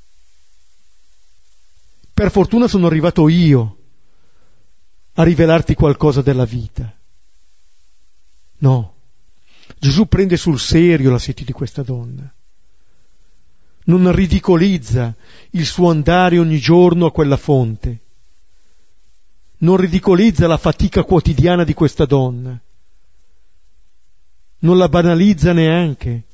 Per fortuna sono arrivato io a rivelarti qualcosa della vita. No, Gesù prende sul serio la sete di questa donna. Non ridicolizza il suo andare ogni giorno a quella fonte. Non ridicolizza la fatica quotidiana di questa donna. Non la banalizza neanche.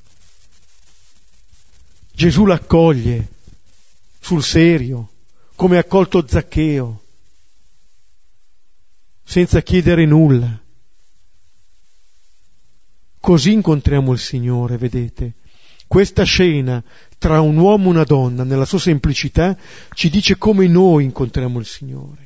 Gesù l'accoglie sul serio, come ha accolto Zaccheo, senza chiedere nulla. Così incontriamo il Signore, vedete. Questa scena tra un uomo e una donna, nella sua semplicità, ci dice come noi incontriamo il Signore.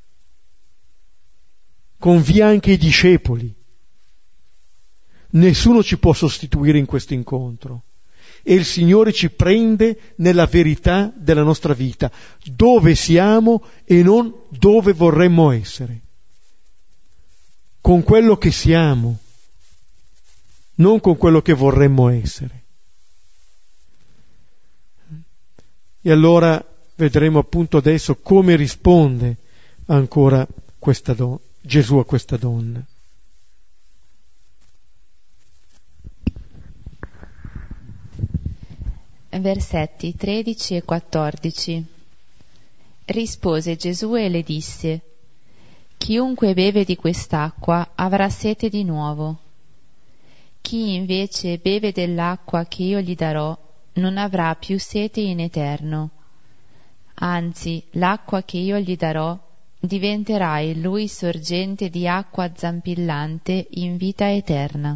Convia anche i discepoli. Nessuno ci può sostituire in questo incontro. E il Signore ci prende nella verità della nostra vita, dove siamo e non dove vorremmo essere. Con quello che siamo, non con quello che vorremmo essere. E allora vedremo appunto adesso come risponde ancora questa donna, Gesù a questa donna. Versetti tredici e quattordici. Rispose Gesù e le disse: chiunque beve di quest'acqua avrà sete di nuovo. Chi invece beve dell'acqua che io gli darò non avrà più sete in eterno. Anzi, l'acqua che io gli darò diventerà in lui sorgente di acqua zampillante in vita eterna.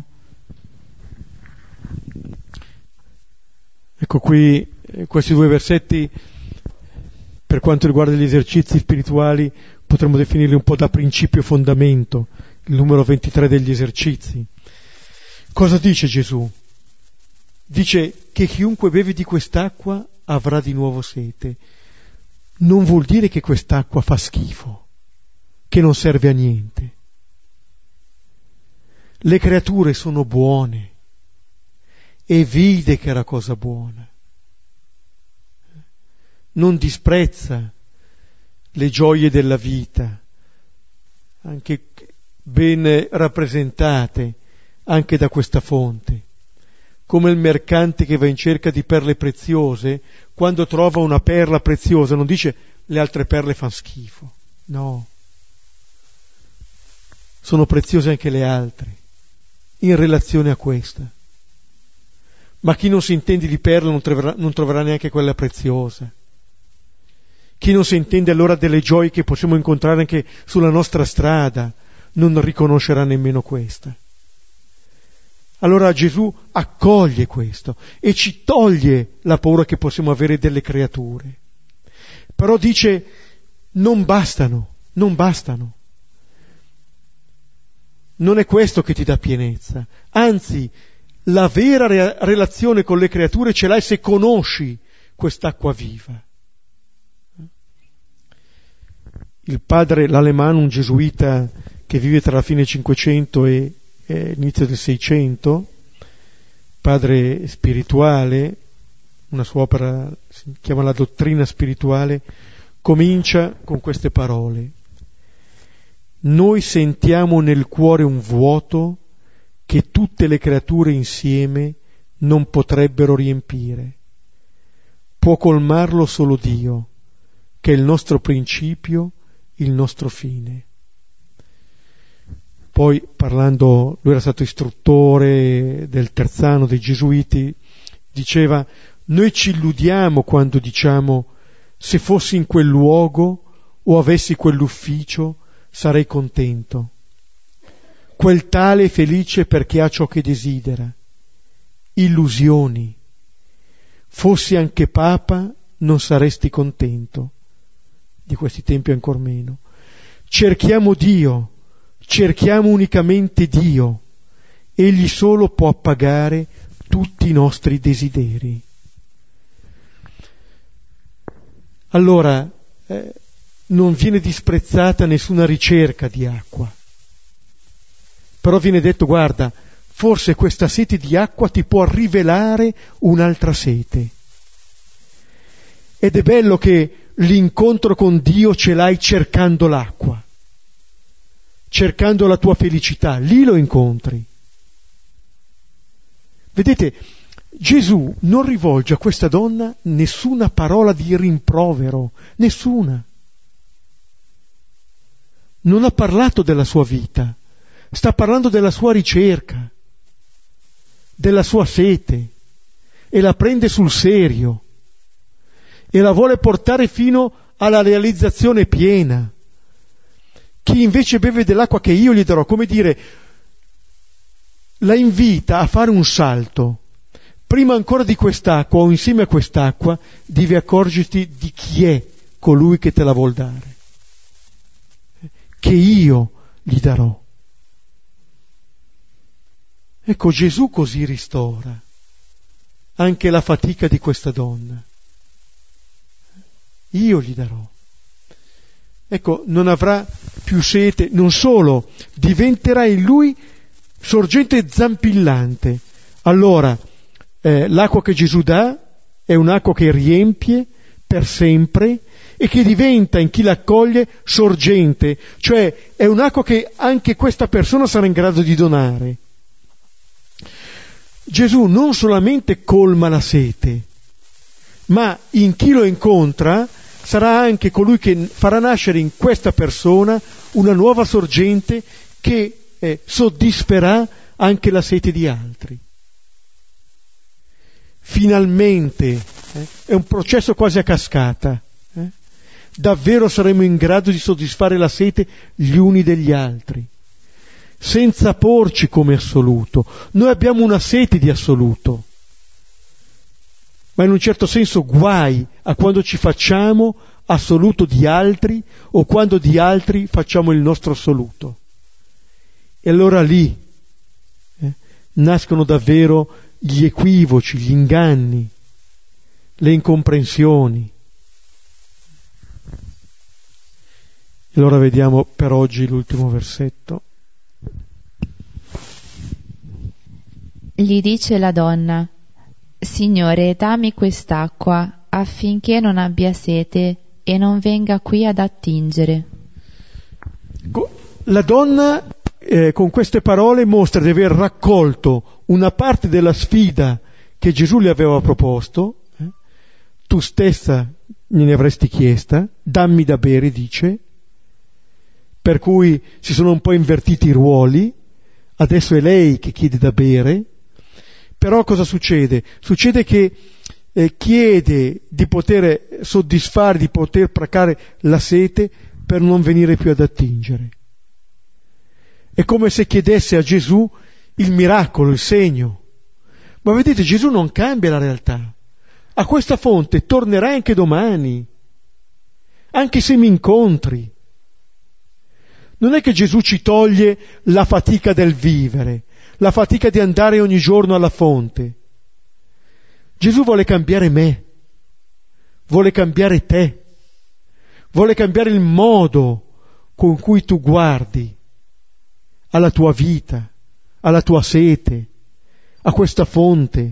Ecco qui, questi due versetti, per quanto riguarda gli esercizi spirituali, potremmo definirli un po' da principio fondamento, il numero ventitré degli esercizi. Cosa dice Gesù? Dice che chiunque beve di quest'acqua avrà di nuovo sete. Non vuol dire che quest'acqua fa schifo, che non serve a niente. Le creature sono buone e vide che era cosa buona. Non disprezza le gioie della vita, anche ben rappresentate anche da questa fonte, come il mercante che va in cerca di perle preziose, quando trova una perla preziosa non dice le altre perle fan schifo, no, sono preziose anche le altre in relazione a questa. Ma chi non si intende di perle non troverà, non troverà neanche quella preziosa. Chi non si intende allora delle gioie che possiamo incontrare anche sulla nostra strada non riconoscerà nemmeno questa. Allora Gesù accoglie questo e ci toglie la paura che possiamo avere delle creature. Però dice: non bastano, non bastano. Non è questo che ti dà pienezza, anzi la vera re- relazione con le creature ce l'hai se conosci quest'acqua viva. Il padre Lalemano, un gesuita che vive tra la fine del Cinquecento e, e l'inizio del Seicento, padre spirituale, una sua opera si chiama La dottrina spirituale, comincia con queste parole: noi sentiamo nel cuore un vuoto che tutte le creature insieme non potrebbero riempire. Può colmarlo solo Dio, che è il nostro principio, il nostro fine. Poi, parlando, lui era stato istruttore del Terzano, dei Gesuiti, diceva: noi ci illudiamo quando diciamo se fossi in quel luogo o avessi quell'ufficio sarei contento. Quel tale è felice perché ha ciò che desidera. Illusioni. Fossi anche papa non saresti contento. Di questi tempi ancor meno. Cerchiamo Dio, cerchiamo unicamente Dio. Egli solo può appagare tutti i nostri desideri. Allora, eh, non viene disprezzata nessuna ricerca di acqua, però viene detto: guarda, forse questa sete di acqua ti può rivelare un'altra sete. Ed è bello che l'incontro con Dio ce l'hai cercando l'acqua, cercando la tua felicità, lì lo incontri. Vedete, Gesù non rivolge a questa donna nessuna parola di rimprovero, nessuna. Non ha parlato della sua vita, sta parlando della sua ricerca, della sua sete, e la prende sul serio e la vuole portare fino alla realizzazione piena. Chi invece beve dell'acqua che io gli darò, come dire, la invita a fare un salto. Prima ancora di quest'acqua o insieme a quest'acqua devi accorgerti di chi è colui che te la vuol dare, che io gli darò. Ecco, Gesù così ristora anche la fatica di questa donna. Io gli darò. Ecco, non avrà più sete, non solo, diventerà in lui sorgente zampillante. Allora, eh, l'acqua che Gesù dà è un'acqua che riempie per sempre e che diventa in chi l'accoglie sorgente, cioè è un'acqua che anche questa persona sarà in grado di donare. Gesù non solamente colma la sete, ma in chi lo incontra sarà anche colui che farà nascere in questa persona una nuova sorgente che eh, soddisferà anche la sete di altri. Finalmente, eh, è un processo quasi a cascata, eh? Davvero saremo in grado di soddisfare la sete gli uni degli altri, senza porci come assoluto. Noi abbiamo una sete di assoluto, ma in un certo senso guai a quando ci facciamo assoluto di altri o quando di altri facciamo il nostro assoluto. E allora lì eh, nascono davvero gli equivoci, gli inganni, le incomprensioni. E allora vediamo per oggi l'ultimo versetto. Gli dice la donna: Signore, dammi quest'acqua affinché non abbia sete e non venga qui ad attingere. La donna eh, con queste parole mostra di aver raccolto una parte della sfida che Gesù le aveva proposto. Eh? Tu stessa gliene avresti chiesta, dammi da bere, dice, per cui si sono un po' invertiti i ruoli, adesso è lei che chiede da bere. Però cosa succede? Succede che eh, chiede di poter soddisfare, di poter placare la sete per non venire più ad attingere. È come se chiedesse a Gesù il miracolo, il segno. Ma vedete, Gesù non cambia la realtà. A questa fonte tornerai anche domani, anche se mi incontri. Non è che Gesù ci toglie la fatica del vivere, la fatica di andare ogni giorno alla fonte. Gesù vuole cambiare me, vuole cambiare te, vuole cambiare il modo con cui tu guardi alla tua vita, alla tua sete, a questa fonte.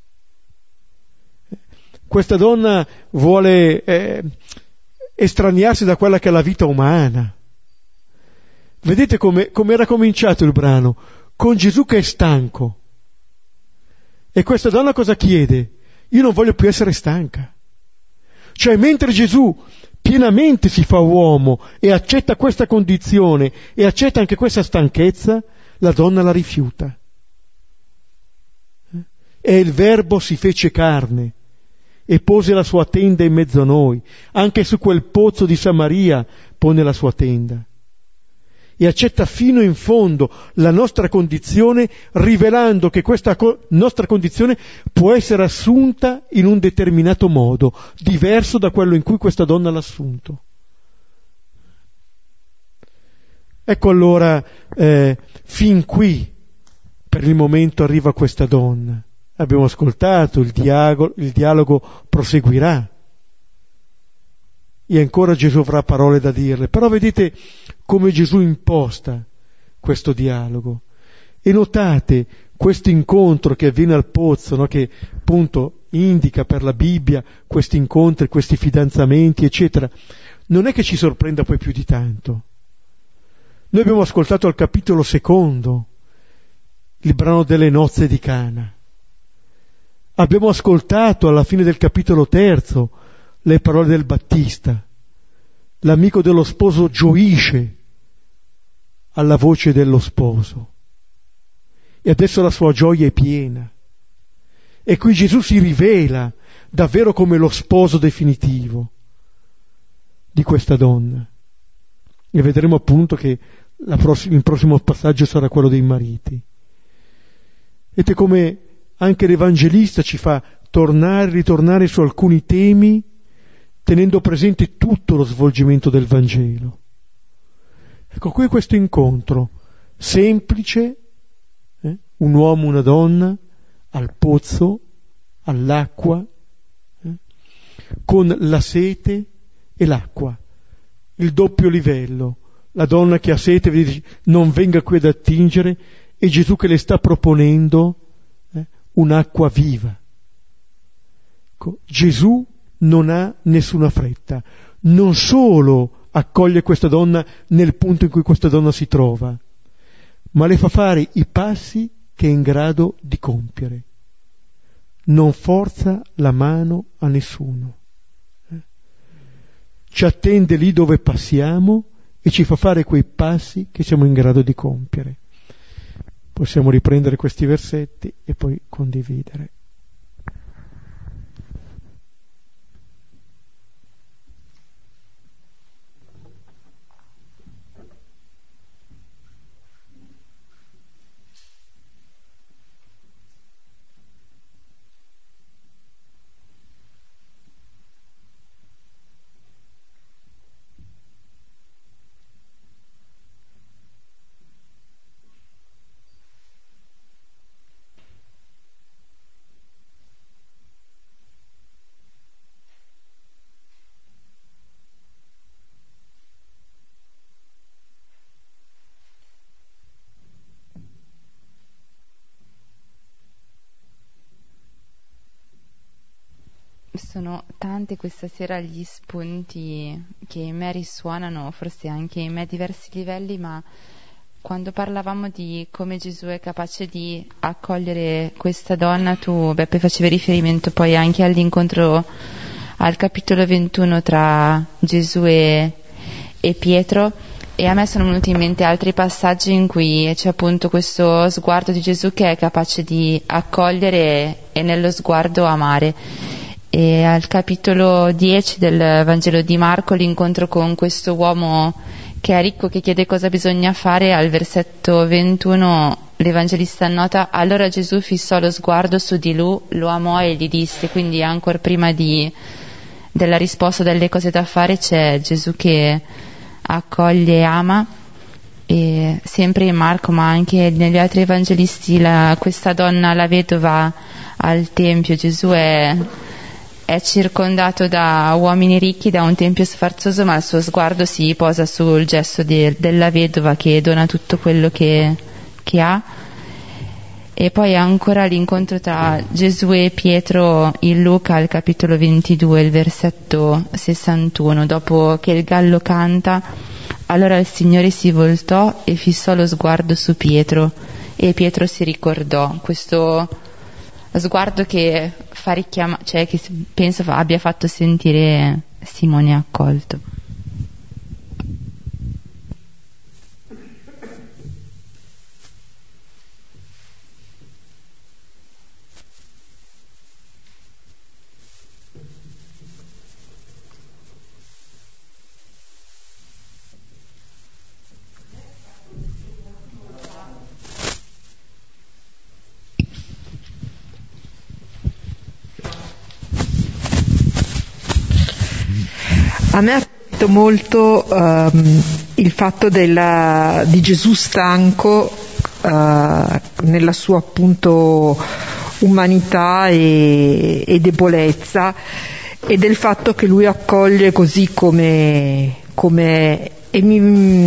Questa donna vuole eh, estraniarsi da quella che è la vita umana. Vedete come era cominciato il brano? Con Gesù che è stanco. E questa donna cosa chiede? Io non voglio più essere stanca. Cioè, mentre Gesù pienamente si fa uomo e accetta questa condizione e accetta anche questa stanchezza, la donna la rifiuta. E il Verbo si fece carne e pose la sua tenda in mezzo a noi. Anche su quel pozzo di Samaria pone la sua tenda. E accetta fino in fondo la nostra condizione, rivelando che questa co- nostra condizione può essere assunta in un determinato modo, diverso da quello in cui questa donna l'ha assunto. Ecco allora, eh, fin qui, per il momento arriva questa donna. Abbiamo ascoltato, il dialogo, il dialogo proseguirà. E ancora Gesù avrà parole da dirle. Però vedete come Gesù imposta questo dialogo. E notate questo incontro che avviene al pozzo, no? Che appunto indica per la Bibbia questi incontri, questi fidanzamenti, eccetera. Non è che ci sorprenda poi più di tanto. Noi abbiamo ascoltato al capitolo secondo il brano delle nozze di Cana. Abbiamo ascoltato alla fine del capitolo terzo le parole del Battista. L'amico dello sposo gioisce alla voce dello sposo e adesso la sua gioia è piena. E qui Gesù si rivela davvero come lo sposo definitivo di questa donna. E vedremo appunto che la prossima, il prossimo passaggio sarà quello dei mariti. Vedete come anche l'Evangelista ci fa tornare, ritornare su alcuni temi, tenendo presente tutto lo svolgimento del Vangelo. Ecco, qui questo incontro semplice, eh, un uomo, una donna, al pozzo, all'acqua, eh, con la sete e l'acqua, il doppio livello. La donna che ha sete dice, non venga qui ad attingere, e Gesù che le sta proponendo eh, un'acqua viva. Ecco, Gesù non ha nessuna fretta, non solo accoglie questa donna nel punto in cui questa donna si trova, ma le fa fare i passi che è in grado di compiere. Non forza la mano a nessuno. Eh? Ci attende lì dove passiamo e ci fa fare quei passi che siamo in grado di compiere. Possiamo riprendere questi versetti e poi condividere. Sono tante questa sera gli spunti che in me risuonano, forse anche in me a diversi livelli, ma quando parlavamo di come Gesù è capace di accogliere questa donna, tu Beppe facevi riferimento poi anche all'incontro al capitolo ventuno tra Gesù e, e Pietro, e a me sono venuti in mente altri passaggi in cui c'è appunto questo sguardo di Gesù che è capace di accogliere e nello sguardo amare. E al capitolo dieci del Vangelo di Marco l'incontro con questo uomo che è ricco, che chiede cosa bisogna fare, al versetto ventuno l'Evangelista annota: allora Gesù fissò lo sguardo su di lui, lo amò e gli disse. Quindi ancora prima di, della risposta delle cose da fare c'è Gesù che accoglie e ama. E sempre in Marco ma anche negli altri evangelisti la, questa donna, la vedova al Tempio, Gesù è è circondato da uomini ricchi, da un tempio sfarzoso, ma il suo sguardo si posa sul gesto de, della vedova che dona tutto quello che, che ha. E poi ancora l'incontro tra Gesù e Pietro in Luca al capitolo ventidue, il versetto sessantuno. Dopo che il gallo canta, allora il Signore si voltò e fissò lo sguardo su Pietro, e Pietro si ricordò. Questo sguardo che fa richiama, cioè che penso abbia fatto sentire Simone ha accolto. A me ha colpito molto um, il fatto della, di Gesù stanco uh, nella sua appunto umanità e, e debolezza, e del fatto che lui accoglie così come, come e mi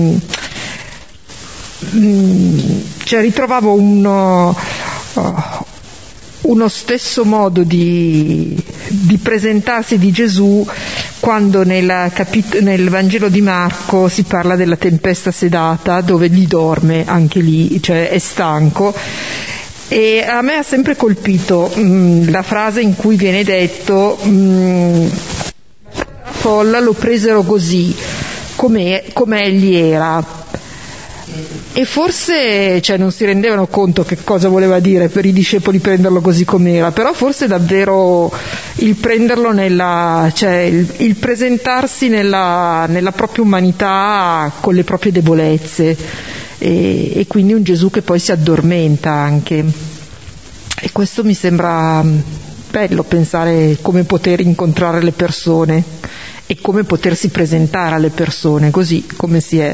mm, cioè ritrovavo uno uh, uno stesso modo di, di presentarsi di Gesù quando nella capit- nel Vangelo di Marco si parla della tempesta sedata, dove gli dorme anche lì, cioè è stanco. E a me ha sempre colpito mh, la frase in cui viene detto mh, la folla lo presero così come egli era. E forse cioè, non si rendevano conto che cosa voleva dire per i discepoli prenderlo così com'era, però forse davvero il prenderlo nella, cioè il, il presentarsi nella, nella propria umanità con le proprie debolezze, e, e quindi un Gesù che poi si addormenta anche. E questo mi sembra bello, pensare come poter incontrare le persone e come potersi presentare alle persone così come si è.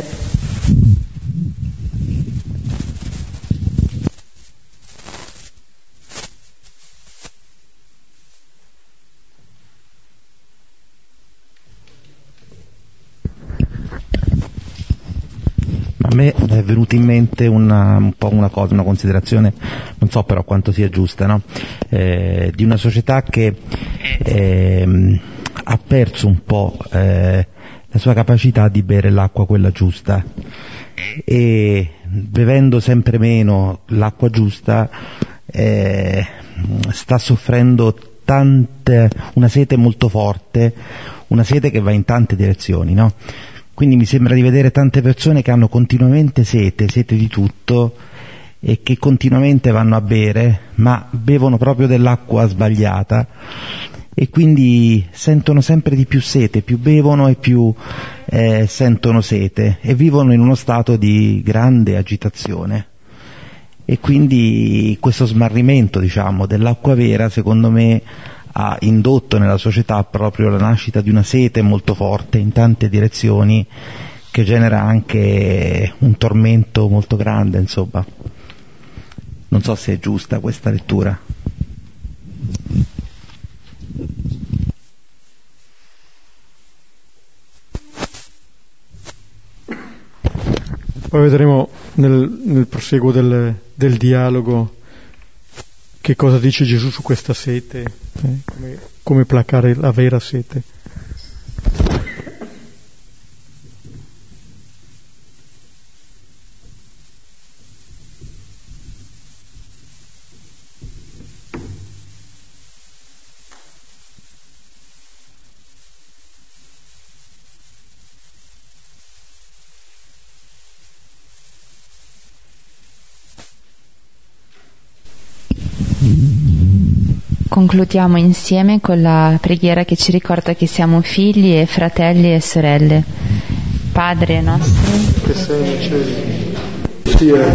A me è venuta in mente una, un po' una cosa, una considerazione, non so però quanto sia giusta, no? Eh, di una società che eh, ha perso un po' eh, la sua capacità di bere l'acqua quella giusta, e bevendo sempre meno l'acqua giusta eh, sta soffrendo tante, una sete molto forte, una sete che va in tante direzioni, no? Quindi mi sembra di vedere tante persone che hanno continuamente sete, sete di tutto, e che continuamente vanno a bere, ma bevono proprio dell'acqua sbagliata, e quindi sentono sempre di più sete, più bevono e più eh, sentono sete, e vivono in uno stato di grande agitazione. E quindi questo smarrimento, diciamo, dell'acqua vera, secondo me, ha indotto nella società proprio la nascita di una sete molto forte in tante direzioni, che genera anche un tormento molto grande, insomma. Non so se è giusta questa lettura. Poi vedremo nel, nel proseguo del, del dialogo che cosa dice Gesù su questa sete, eh, come, come placare la vera sete. Concludiamo insieme con la preghiera che ci ricorda che siamo figli e fratelli e sorelle. Padre nostro, che sei nei cieli, sia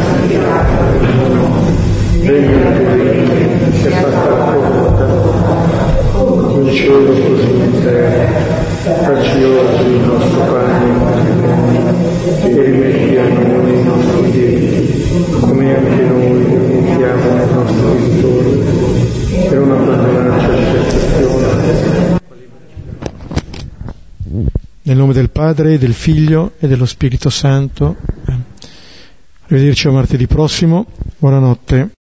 regna il tuo regno, sia fatta la tua volontà, in cielo così in terra. Dacci oggi il nostro pane quotidiano, e rimetti a noi i nostri debiti, come anche noi rimettiamo ai nostri debitori, e non abbandonarci alla tentazione. Nel nome del Padre, del Figlio e dello Spirito Santo. Arrivederci a martedì prossimo. Buonanotte.